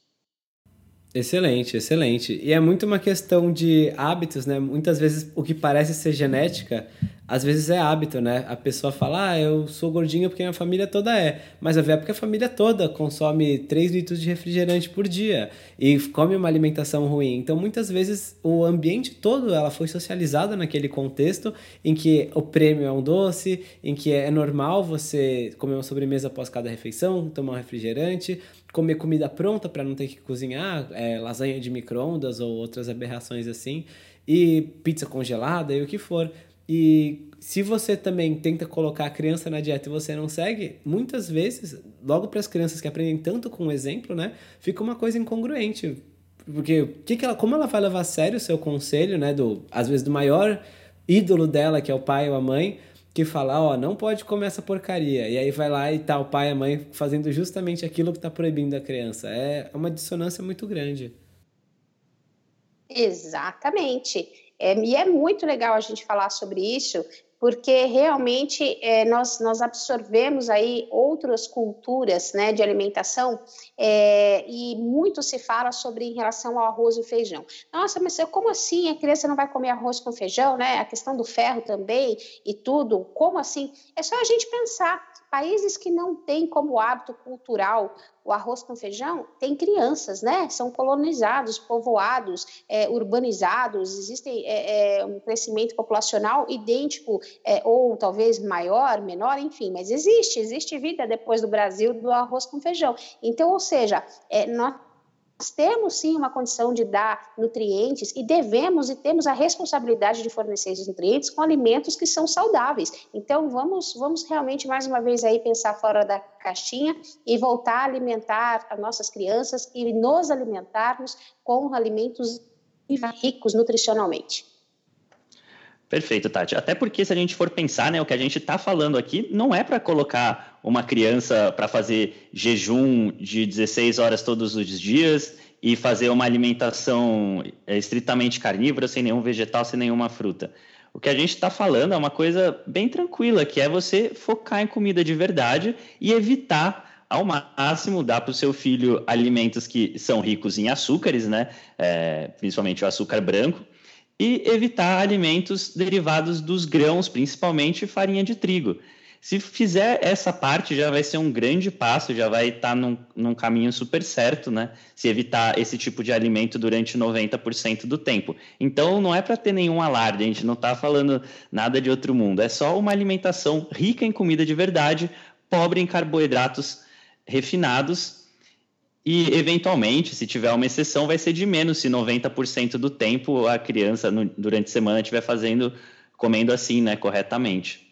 Speaker 3: Excelente, excelente. E é muito uma questão de hábitos, né? Muitas vezes o que parece ser genética, às vezes é hábito, né? A pessoa fala, ah, eu sou gordinho porque minha família toda é. Mas é porque a família toda consome três litros de refrigerante por dia e come uma alimentação ruim. Então, muitas vezes, o ambiente todo, ela foi socializada naquele contexto em que o prêmio é um doce, em que é normal você comer uma sobremesa após cada refeição, tomar um refrigerante, comer comida pronta para não ter que cozinhar, é, lasanha de micro-ondas ou outras aberrações assim, e pizza congelada e o que for. E se você também tenta colocar a criança na dieta e você não segue, muitas vezes, logo para as crianças que aprendem tanto com o exemplo, né, fica uma coisa incongruente. Porque que que ela, como ela vai levar a sério o seu conselho, né, do, às vezes do maior ídolo dela, que é o pai ou a mãe, que fala, ó, não pode comer essa porcaria. E aí vai lá e tá o pai e a mãe fazendo justamente aquilo que está proibindo a criança. É uma dissonância muito grande.
Speaker 5: Exatamente. É, e é muito legal a gente falar sobre isso, porque realmente é, nós, nós absorvemos aí outras culturas, né, de alimentação, é, e muito se fala sobre em relação ao arroz e feijão. Nossa, mas como assim a criança não vai comer arroz com feijão, né? A questão do ferro também e tudo, como assim? É só a gente pensar. Países que não têm como hábito cultural o arroz com feijão, tem crianças, né? São colonizados, povoados, é, urbanizados, existe é, é, um crescimento populacional idêntico, é, ou talvez maior, menor, enfim, mas existe, existe vida depois do Brasil do arroz com feijão. Então, ou seja, é, nós Nós temos sim uma condição de dar nutrientes e devemos e temos a responsabilidade de fornecer esses nutrientes com alimentos que são saudáveis. Então vamos, vamos realmente mais uma vez aí pensar fora da caixinha e voltar a alimentar as nossas crianças e nos alimentarmos com alimentos ricos nutricionalmente.
Speaker 4: Perfeito, Tati. Até porque se a gente for pensar, né, o que a gente está falando aqui não é para colocar uma criança para fazer jejum de dezesseis horas todos os dias e fazer uma alimentação estritamente carnívora, sem nenhum vegetal, sem nenhuma fruta. O que a gente está falando é uma coisa bem tranquila, que é você focar em comida de verdade e evitar ao máximo dar para o seu filho alimentos que são ricos em açúcares, né, é, principalmente o açúcar branco, e evitar alimentos derivados dos grãos, principalmente farinha de trigo. Se fizer essa parte, já vai ser um grande passo, já vai estar num, num caminho super certo, né? Se evitar esse tipo de alimento durante noventa por cento do tempo. Então, não é para ter nenhum alarde, a gente não está falando nada de outro mundo. É só uma alimentação rica em comida de verdade, pobre em carboidratos refinados, e, eventualmente, se tiver uma exceção, vai ser de menos se noventa por cento do tempo a criança, no, durante a semana, estiver fazendo, comendo assim, né, corretamente.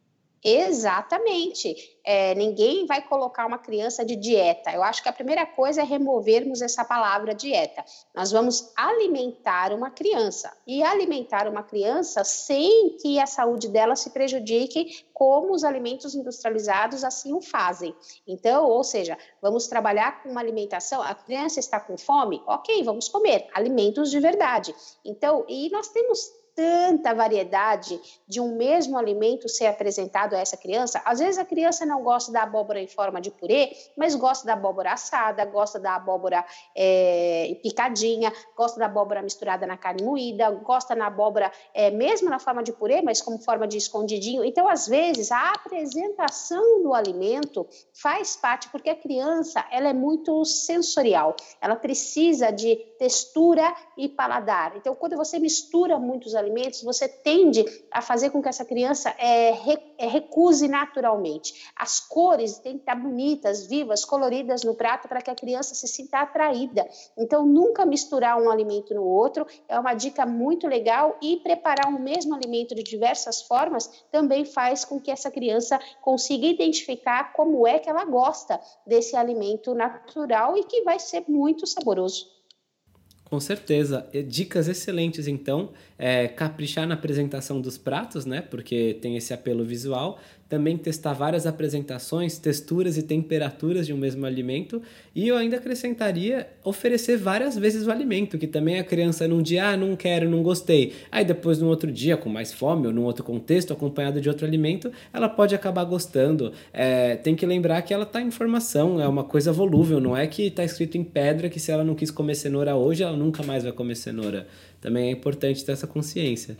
Speaker 5: Exatamente. É, ninguém vai colocar uma criança de dieta. Eu acho que a primeira coisa é removermos essa palavra dieta. Nós vamos alimentar uma criança. E alimentar uma criança sem que a saúde dela se prejudique, como os alimentos industrializados assim o fazem. Então, ou seja, vamos trabalhar com uma alimentação. A criança está com fome? Ok, vamos comer alimentos de verdade. Então, e nós temos tanta variedade de um mesmo alimento ser apresentado a essa criança. Às vezes a criança não gosta da abóbora em forma de purê, mas gosta da abóbora assada, gosta da abóbora é, picadinha, gosta da abóbora misturada na carne moída, gosta na abóbora é, mesmo na forma de purê, mas como forma de escondidinho. Então, às vezes, a apresentação do alimento faz parte, porque a criança ela é muito sensorial, ela precisa de textura e paladar. Então, quando você mistura muitos alimentos, você tende a fazer com que essa criança é, é, recuse naturalmente. As cores têm que estar bonitas, vivas, coloridas no prato para que a criança se sinta atraída. Então, nunca misturar um alimento no outro é uma dica muito legal, e preparar um mesmo alimento de diversas formas também faz com que essa criança consiga identificar como é que ela gosta desse alimento natural e que vai ser muito saboroso.
Speaker 3: Com certeza. Dicas excelentes, então. É, caprichar na apresentação dos pratos, né? Porque tem esse apelo visual. Também testar várias apresentações, texturas e temperaturas de um mesmo alimento. E eu ainda acrescentaria oferecer várias vezes o alimento, que também a criança num dia, ah, não quero, não gostei. Aí depois, num outro dia, com mais fome ou num outro contexto, acompanhado de outro alimento, ela pode acabar gostando. É, tem que lembrar que ela está em formação, é uma coisa volúvel, não é que está escrito em pedra que se ela não quis comer cenoura hoje, ela nunca mais vai comer cenoura. Também é importante ter essa consciência.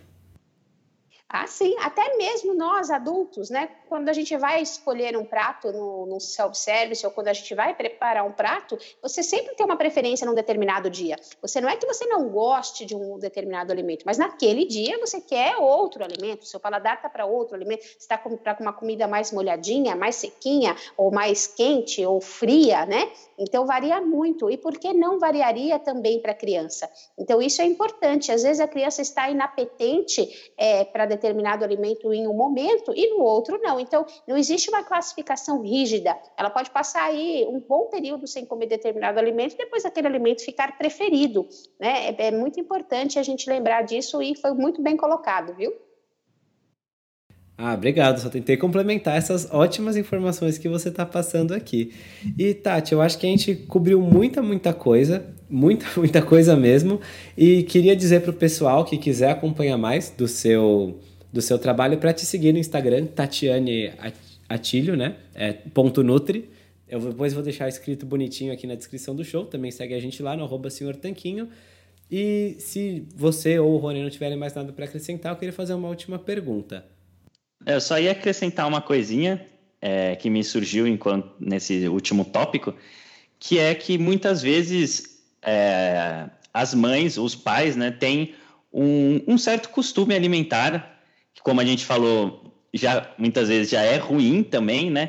Speaker 5: Ah, sim, até mesmo nós adultos, né? Quando a gente vai escolher um prato no, no self-service, ou quando a gente vai preparar um prato, você sempre tem uma preferência num determinado dia. Você não é que você não goste de um determinado alimento, mas naquele dia você quer outro alimento, seu paladar está para outro alimento, você está para uma comida mais molhadinha, mais sequinha, ou mais quente, ou fria, né? Então varia muito. E por que não variaria também para a criança? Então isso é importante. Às vezes a criança está inapetente é, para determinado alimento em um momento e no outro não. Então, não existe uma classificação rígida. Ela pode passar aí um bom período sem comer determinado alimento e depois aquele alimento ficar preferido, né? É, é muito importante a gente lembrar disso e foi muito bem colocado, viu?
Speaker 3: Ah, obrigado. Só tentei complementar essas ótimas informações que você está passando aqui. E, Tati, eu acho que a gente cobriu muita, muita coisa, muita, muita coisa mesmo. E queria dizer para o pessoal que quiser acompanhar mais do seu, do seu trabalho para te seguir no Instagram, Tatiane Atílio, né? É, ponto Nutri. Eu depois vou deixar escrito bonitinho aqui na descrição do show. Também segue a gente lá no arroba senhor Tanquinho. E se você ou o Rony não tiverem mais nada para acrescentar, eu queria fazer uma última pergunta.
Speaker 4: Eu só ia acrescentar uma coisinha é, que me surgiu enquanto, nesse último tópico, que é que muitas vezes é, as mães, os pais, né, têm um, um certo costume alimentar, que, como a gente falou, já, muitas vezes já é ruim também, né?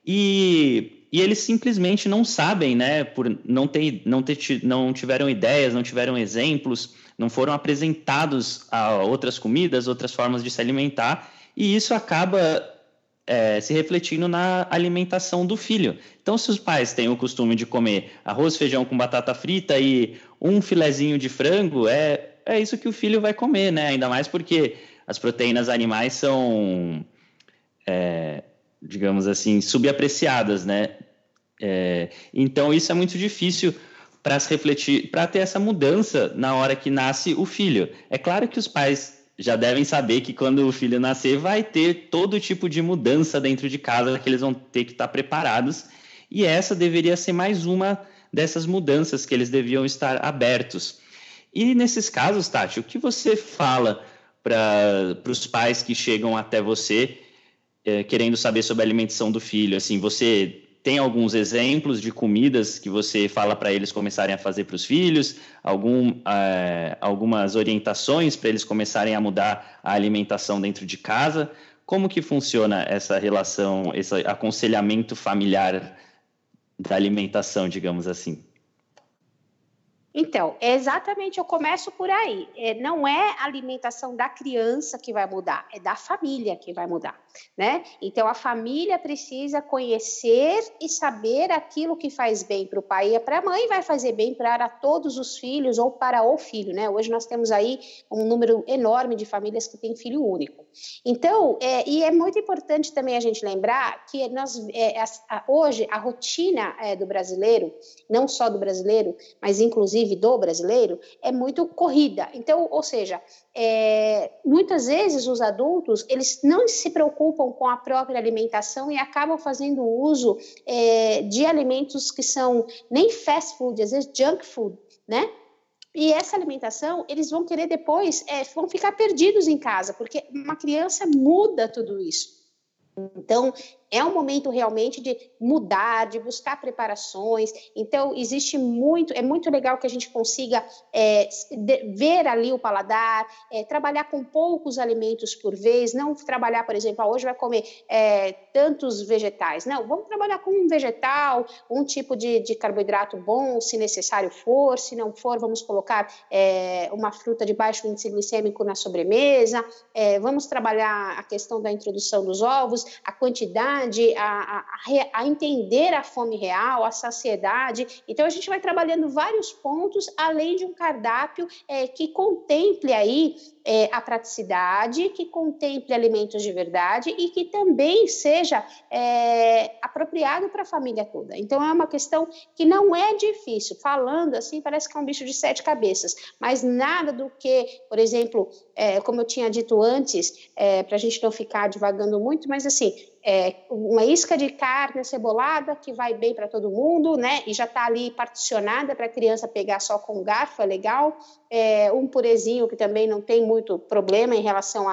Speaker 4: E, e eles simplesmente não sabem, né? Por não, ter, não, ter, não tiveram ideias, não tiveram exemplos, não foram apresentados a outras comidas, outras formas de se alimentar. E isso acaba é, se refletindo na alimentação do filho. Então, se os pais têm o costume de comer arroz, feijão com batata frita e um filezinho de frango, é, é isso que o filho vai comer, né? Ainda mais porque as proteínas animais são, é, digamos assim, subapreciadas, né? É, então, isso é muito difícil para se refletir, para ter essa mudança na hora que nasce o filho. É claro que os pais já devem saber que quando o filho nascer vai ter todo tipo de mudança dentro de casa que eles vão ter que estar preparados, e essa deveria ser mais uma dessas mudanças que eles deviam estar abertos. E nesses casos, Tati, o que você fala para os pais que chegam até você é, querendo saber sobre a alimentação do filho? Assim, você tem alguns exemplos de comidas que você fala para eles começarem a fazer para os filhos, algum, é, algumas orientações para eles começarem a mudar a alimentação dentro de casa? Como que funciona essa relação, esse aconselhamento familiar da alimentação, digamos assim?
Speaker 5: Então, exatamente, eu começo por aí. É, não é a alimentação da criança que vai mudar, é da família que vai mudar, né? Então, a família precisa conhecer e saber aquilo que faz bem para o pai e para a mãe, vai fazer bem para todos os filhos ou para o filho, né? Hoje nós temos aí um número enorme de famílias que têm filho único. Então, é, e é muito importante também a gente lembrar que nós, é, a, a, hoje a rotina é, do brasileiro, não só do brasileiro, mas inclusive do brasileiro, é muito corrida. Então, ou seja, é, muitas vezes os adultos, eles não se preocupam com a própria alimentação e acabam fazendo uso é, de alimentos que são nem fast food, às vezes junk food, né? E essa alimentação, eles vão querer depois, é, vão ficar perdidos em casa, porque uma criança muda tudo isso. Então, é um momento realmente de mudar, de buscar preparações. Então, existe muito, é muito legal que a gente consiga é, de, ver ali o paladar, é, trabalhar com poucos alimentos por vez, não trabalhar, por exemplo, ah, hoje vai comer é, tantos vegetais. Não, vamos trabalhar com um vegetal, um tipo de, de carboidrato bom, se necessário for, se não for, vamos colocar é, uma fruta de baixo índice glicêmico na sobremesa, é, vamos trabalhar a questão da introdução dos ovos, a quantidade, A, a, a entender a fome real, a saciedade. Então, a gente vai trabalhando vários pontos, além de um cardápio é, que contemple aí é, a praticidade, que contemple alimentos de verdade e que também seja é, apropriado para a família toda. Então, é uma questão que não é difícil. Falando assim, parece que é um bicho de sete cabeças, mas nada do que, por exemplo, é, como eu tinha dito antes, é, para a gente não ficar divagando muito, mas assim, É, uma isca de carne cebolada que vai bem para todo mundo, né? E já está ali particionada para a criança pegar só com garfo, é legal. É, um purezinho que também não tem muito problema em relação a,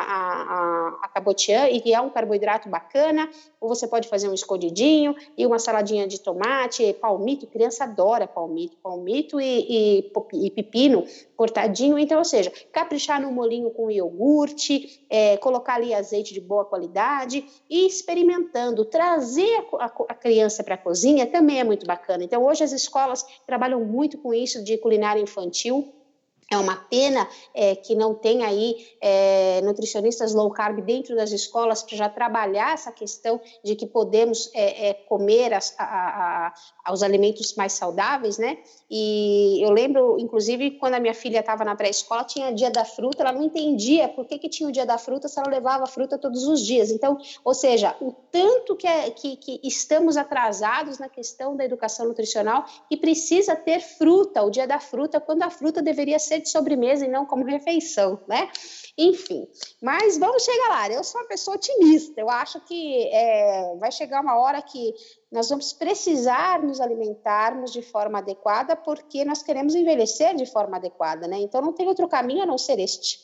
Speaker 5: a, a cabotiã e que é um carboidrato bacana. Ou você pode fazer um escondidinho e uma saladinha de tomate, palmito, criança adora palmito, palmito e, e, e pepino cortadinho. Então, ou seja, caprichar no molinho com iogurte, é, colocar ali azeite de boa qualidade e experimentando, trazer a, a, a criança para a cozinha também é muito bacana. Então, hoje as escolas trabalham muito com isso de culinária infantil. É uma pena é, que não tem aí é, nutricionistas low carb dentro das escolas para já trabalhar essa questão de que podemos é, é, comer as, a, a, os alimentos mais saudáveis, né? E eu lembro, inclusive, quando a minha filha estava na pré-escola, tinha dia da fruta, ela não entendia por que, que tinha o dia da fruta se ela levava fruta todos os dias. Então, ou seja, o tanto que, é, que, que estamos atrasados na questão da educação nutricional e precisa ter fruta, o dia da fruta, quando a fruta deveria ser de sobremesa e não como refeição, né? Enfim, mas vamos chegar lá. Eu sou uma pessoa otimista. Eu acho que é, vai chegar uma hora que nós vamos precisar nos alimentarmos de forma adequada porque nós queremos envelhecer de forma adequada, né? Então não tem outro caminho a não ser este.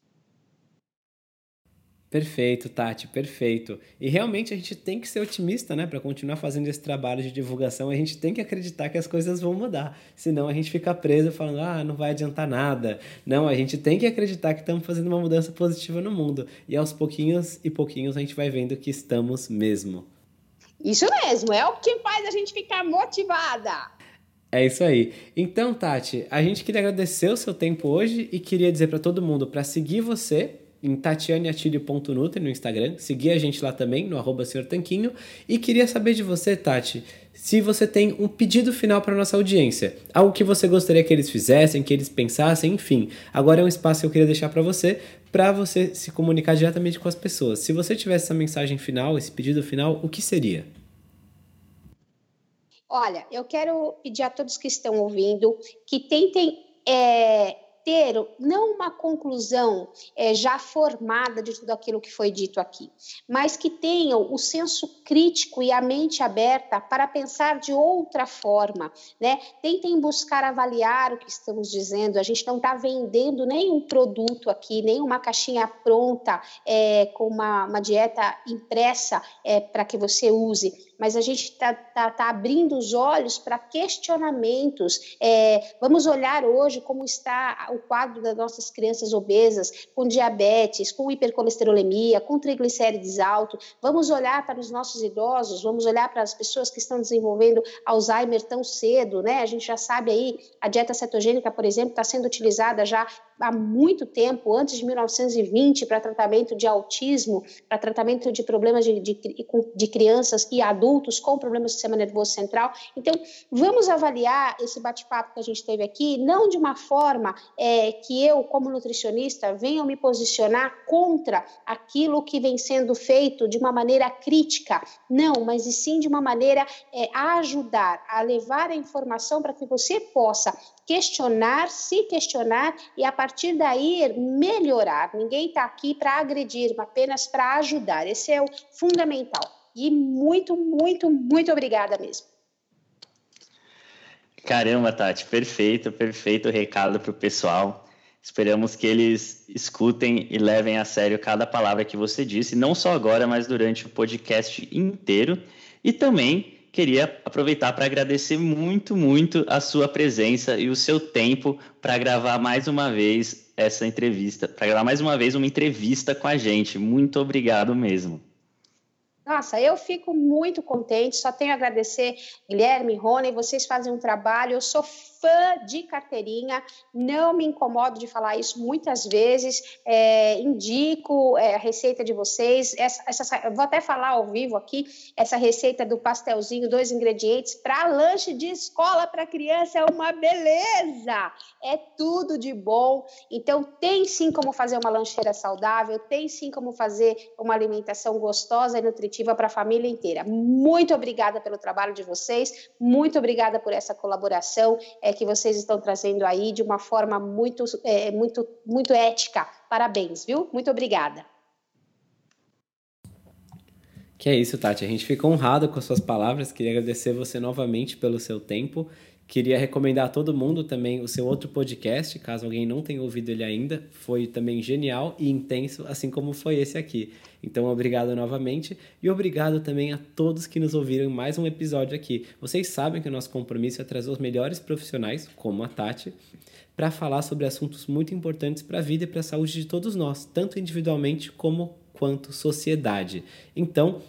Speaker 3: Perfeito, Tati, perfeito. E realmente a gente tem que ser otimista, né? Para continuar fazendo esse trabalho de divulgação, a gente tem que acreditar que as coisas vão mudar. Senão a gente fica preso falando, ah, não vai adiantar nada. Não, a gente tem que acreditar que estamos fazendo uma mudança positiva no mundo. E aos pouquinhos e pouquinhos a gente vai vendo que estamos mesmo.
Speaker 5: Isso mesmo, é o que faz a gente ficar motivada.
Speaker 3: É isso aí. Então, Tati, a gente queria agradecer o seu tempo hoje e queria dizer para todo mundo para seguir você em tatiane atilio ponto nutri no Instagram, seguir a gente lá também, no arroba senhor Tanquinho, e queria saber de você, Tati, se você tem um pedido final para nossa audiência, algo que você gostaria que eles fizessem, que eles pensassem, enfim. Agora é um espaço que eu queria deixar para você, para você se comunicar diretamente com as pessoas. Se você tivesse essa mensagem final, esse pedido final, o que seria?
Speaker 5: Olha, eu quero pedir a todos que estão ouvindo que tentem é, ter não uma conclusão é, já formada de tudo aquilo que foi dito aqui, mas que tenham o senso crítico e a mente aberta para pensar de outra forma, né? Tentem buscar avaliar o que estamos dizendo. A gente não está vendendo nenhum produto aqui, nem uma caixinha pronta é, com uma, uma dieta impressa é, para que você use, mas a gente está tá, tá abrindo os olhos para questionamentos. É, vamos olhar hoje como está o quadro das nossas crianças obesas, com diabetes, com hipercolesterolemia, com triglicérides altos. Vamos olhar para os nossos idosos, vamos olhar para as pessoas que estão desenvolvendo Alzheimer tão cedo, né? A gente já sabe aí, a dieta cetogênica, por exemplo, está sendo utilizada já há muito tempo, antes de mil novecentos e vinte, para tratamento de autismo, para tratamento de problemas de, de, de crianças e adultos com problemas do sistema nervoso central. Então, vamos avaliar esse bate-papo que a gente teve aqui, não de uma forma é, que eu, como nutricionista, venha me posicionar contra aquilo que vem sendo feito de uma maneira crítica, não, mas e sim de uma maneira é, a ajudar, a levar a informação para que você possa questionar, se questionar e a partir daí melhorar. Ninguém está aqui para agredir, mas apenas para ajudar. Esse é o fundamental. E muito, muito, muito obrigada mesmo.
Speaker 4: Caramba, Tati, perfeito, perfeito recado para o pessoal. Esperamos que eles escutem e levem a sério cada palavra que você disse, não só agora, mas durante o podcast inteiro. E também queria aproveitar para agradecer muito, muito a sua presença e o seu tempo para gravar mais uma vez essa entrevista, para gravar mais uma vez uma entrevista com a gente. Muito obrigado mesmo.
Speaker 5: Nossa, eu fico muito contente, só tenho a agradecer, Guilherme, Rony, vocês fazem um trabalho, eu sou fã de carteirinha, não me incomodo de falar isso muitas vezes, é, indico é, a receita de vocês, essa, essa, vou até falar ao vivo aqui, essa receita do pastelzinho, dois ingredientes, para lanche de escola para criança é uma beleza, é tudo de bom, então tem sim como fazer uma lancheira saudável, tem sim como fazer uma alimentação gostosa e nutritiva para a família inteira. Muito obrigada pelo trabalho de vocês, muito obrigada por essa colaboração é, que vocês estão trazendo aí de uma forma muito, é, muito, muito ética. Parabéns, viu? Muito obrigada.
Speaker 3: Que é isso, Tati. A gente fica honrado com as suas palavras. Queria agradecer você novamente pelo seu tempo. Queria recomendar a todo mundo também o seu outro podcast, caso alguém não tenha ouvido ele ainda. Foi também genial e intenso, assim como foi esse aqui. Então, obrigado novamente e obrigado também a todos que nos ouviram em mais um episódio aqui. Vocês sabem que o nosso compromisso é trazer os melhores profissionais, como a Tati, para falar sobre assuntos muito importantes para a vida e para a saúde de todos nós, tanto individualmente como quanto sociedade. Então,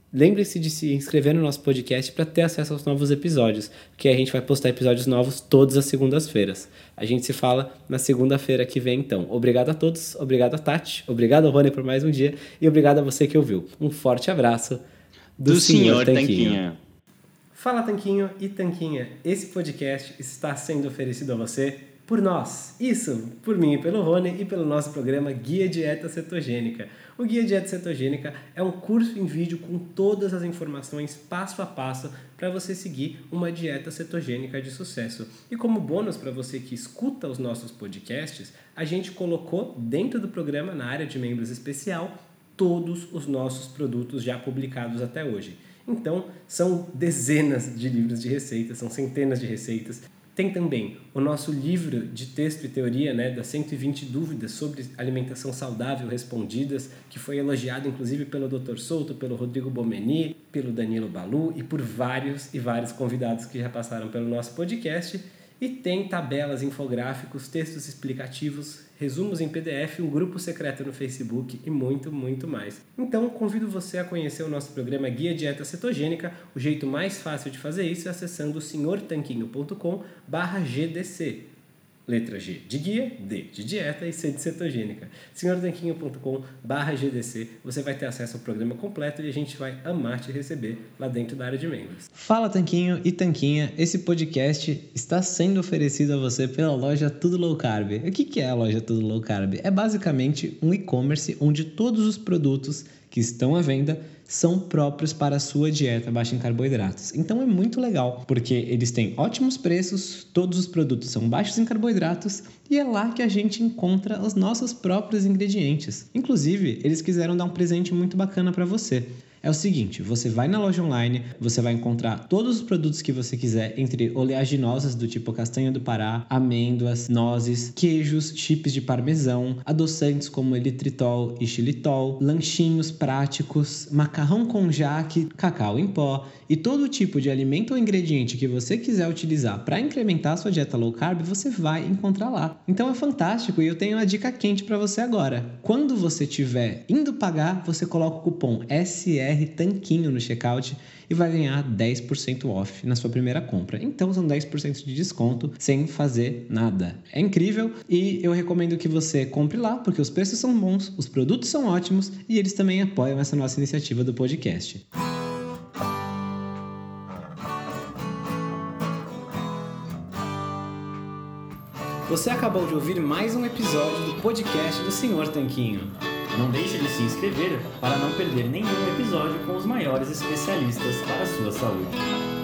Speaker 3: Lembre-se de se inscrever no nosso podcast para ter acesso aos novos episódios, porque a gente vai postar episódios novos todas as segundas-feiras. A gente se fala na segunda-feira que vem, então. Obrigado a todos, obrigado a Tati, obrigado ao Rony por mais um dia e obrigado a você que ouviu. Um forte abraço do, do senhor Tanquinho. Tanquinho. Fala, Tanquinho e Tanquinha. Esse podcast está sendo oferecido a você por nós. Isso, por mim e pelo Rony e pelo nosso programa Guia Dieta Cetogênica. O Guia Dieta Cetogênica é um curso em vídeo com todas as informações passo a passo para você seguir uma dieta cetogênica de sucesso. E como bônus para você que escuta os nossos podcasts, a gente colocou dentro do programa, na área de membros especial, todos os nossos produtos já publicados até hoje. Então, são dezenas de livros de receitas, são centenas de receitas. Tem também o nosso livro de texto e teoria, né, das cento e vinte dúvidas sobre alimentação saudável respondidas, que foi elogiado inclusive pelo doutor Souto, pelo Rodrigo Bomeni, pelo Danilo Balu e por vários e vários convidados que já passaram pelo nosso podcast. E tem tabelas, infográficos, textos explicativos, resumos em P D F, um grupo secreto no Facebook e muito, muito mais. Então, convido você a conhecer o nosso programa Guia Dieta Cetogênica. O jeito mais fácil de fazer isso é acessando senhor tanquinho ponto com barra G D C. Letra G de guia, D de dieta e C de cetogênica. senhor tanquinho ponto com barra G D C. Você vai ter acesso ao programa completo e a gente vai amar te receber lá dentro da área de membros. Fala, Tanquinho e Tanquinha. Esse podcast está sendo oferecido a você pela loja Tudo Low Carb. O que é a loja Tudo Low Carb? É basicamente um e-commerce onde todos os produtos que estão à venda são próprios para a sua dieta baixa em carboidratos. Então é muito legal, porque eles têm ótimos preços, todos os produtos são baixos em carboidratos e é lá que a gente encontra os nossos próprios ingredientes. Inclusive, eles quiseram dar um presente muito bacana para você. É o seguinte, você vai na loja online, você vai encontrar todos os produtos que você quiser, entre oleaginosas do tipo castanha do Pará, amêndoas, nozes, queijos, chips de parmesão, adoçantes como eritritol e xilitol, lanchinhos práticos, macarrão com jaque, cacau em pó e todo tipo de alimento ou ingrediente que você quiser utilizar para incrementar a sua dieta low carb, você vai encontrar lá. Então é fantástico e eu tenho uma dica quente para você agora. Quando você estiver indo pagar, você coloca o cupom S R Tanquinho no checkout e vai ganhar dez por cento off na sua primeira compra. Então são dez por cento de desconto sem fazer nada. É incrível e eu recomendo que você compre lá porque os preços são bons, os produtos são ótimos e eles também apoiam essa nossa iniciativa do podcast. Você acabou de ouvir mais um episódio do podcast do senhor Tanquinho.
Speaker 4: Não deixe de se inscrever para não perder nenhum episódio com os maiores especialistas para a sua saúde.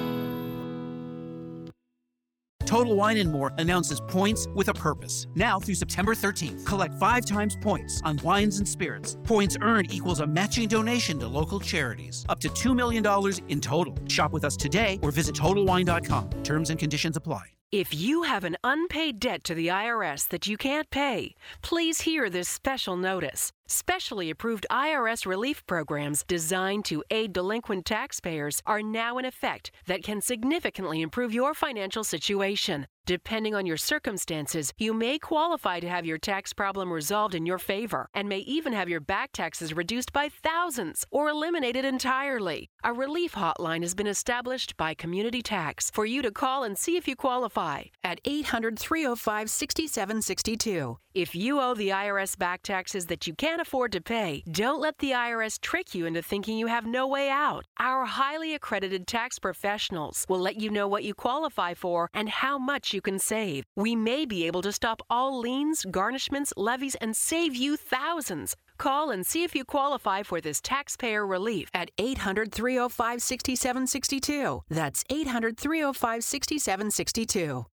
Speaker 6: Total Wine and More announces points with a purpose. Now through September thirteenth, collect five times points on wines and spirits. Points earned equals a matching donation to local charities. Up to two million dollars in total. Shop with us today or visit total wine dot com. Terms and conditions apply.
Speaker 7: If you have an unpaid debt to the I R S that you can't pay, please hear this special notice. Specially approved I R S relief programs designed to aid delinquent taxpayers are now in effect that can significantly improve your financial situation. Depending on your circumstances, you may qualify to have your tax problem resolved in your favor and may even have your back taxes reduced by thousands or eliminated entirely. A relief hotline has been established by Community Tax for you to call and see if you qualify at eight hundred, three oh five, six seven six two. If you owe the I R S back taxes that you can't afford to pay, don't let the I R S trick you into thinking you have no way out. Our highly accredited tax professionals will let you know what you qualify for and how much you can save. We may be able to stop all liens, garnishments, levies, and save you thousands. Call and see if you qualify for this taxpayer relief at eight hundred, three oh five, six seven six two. That's eight hundred, three oh five, six seven six two.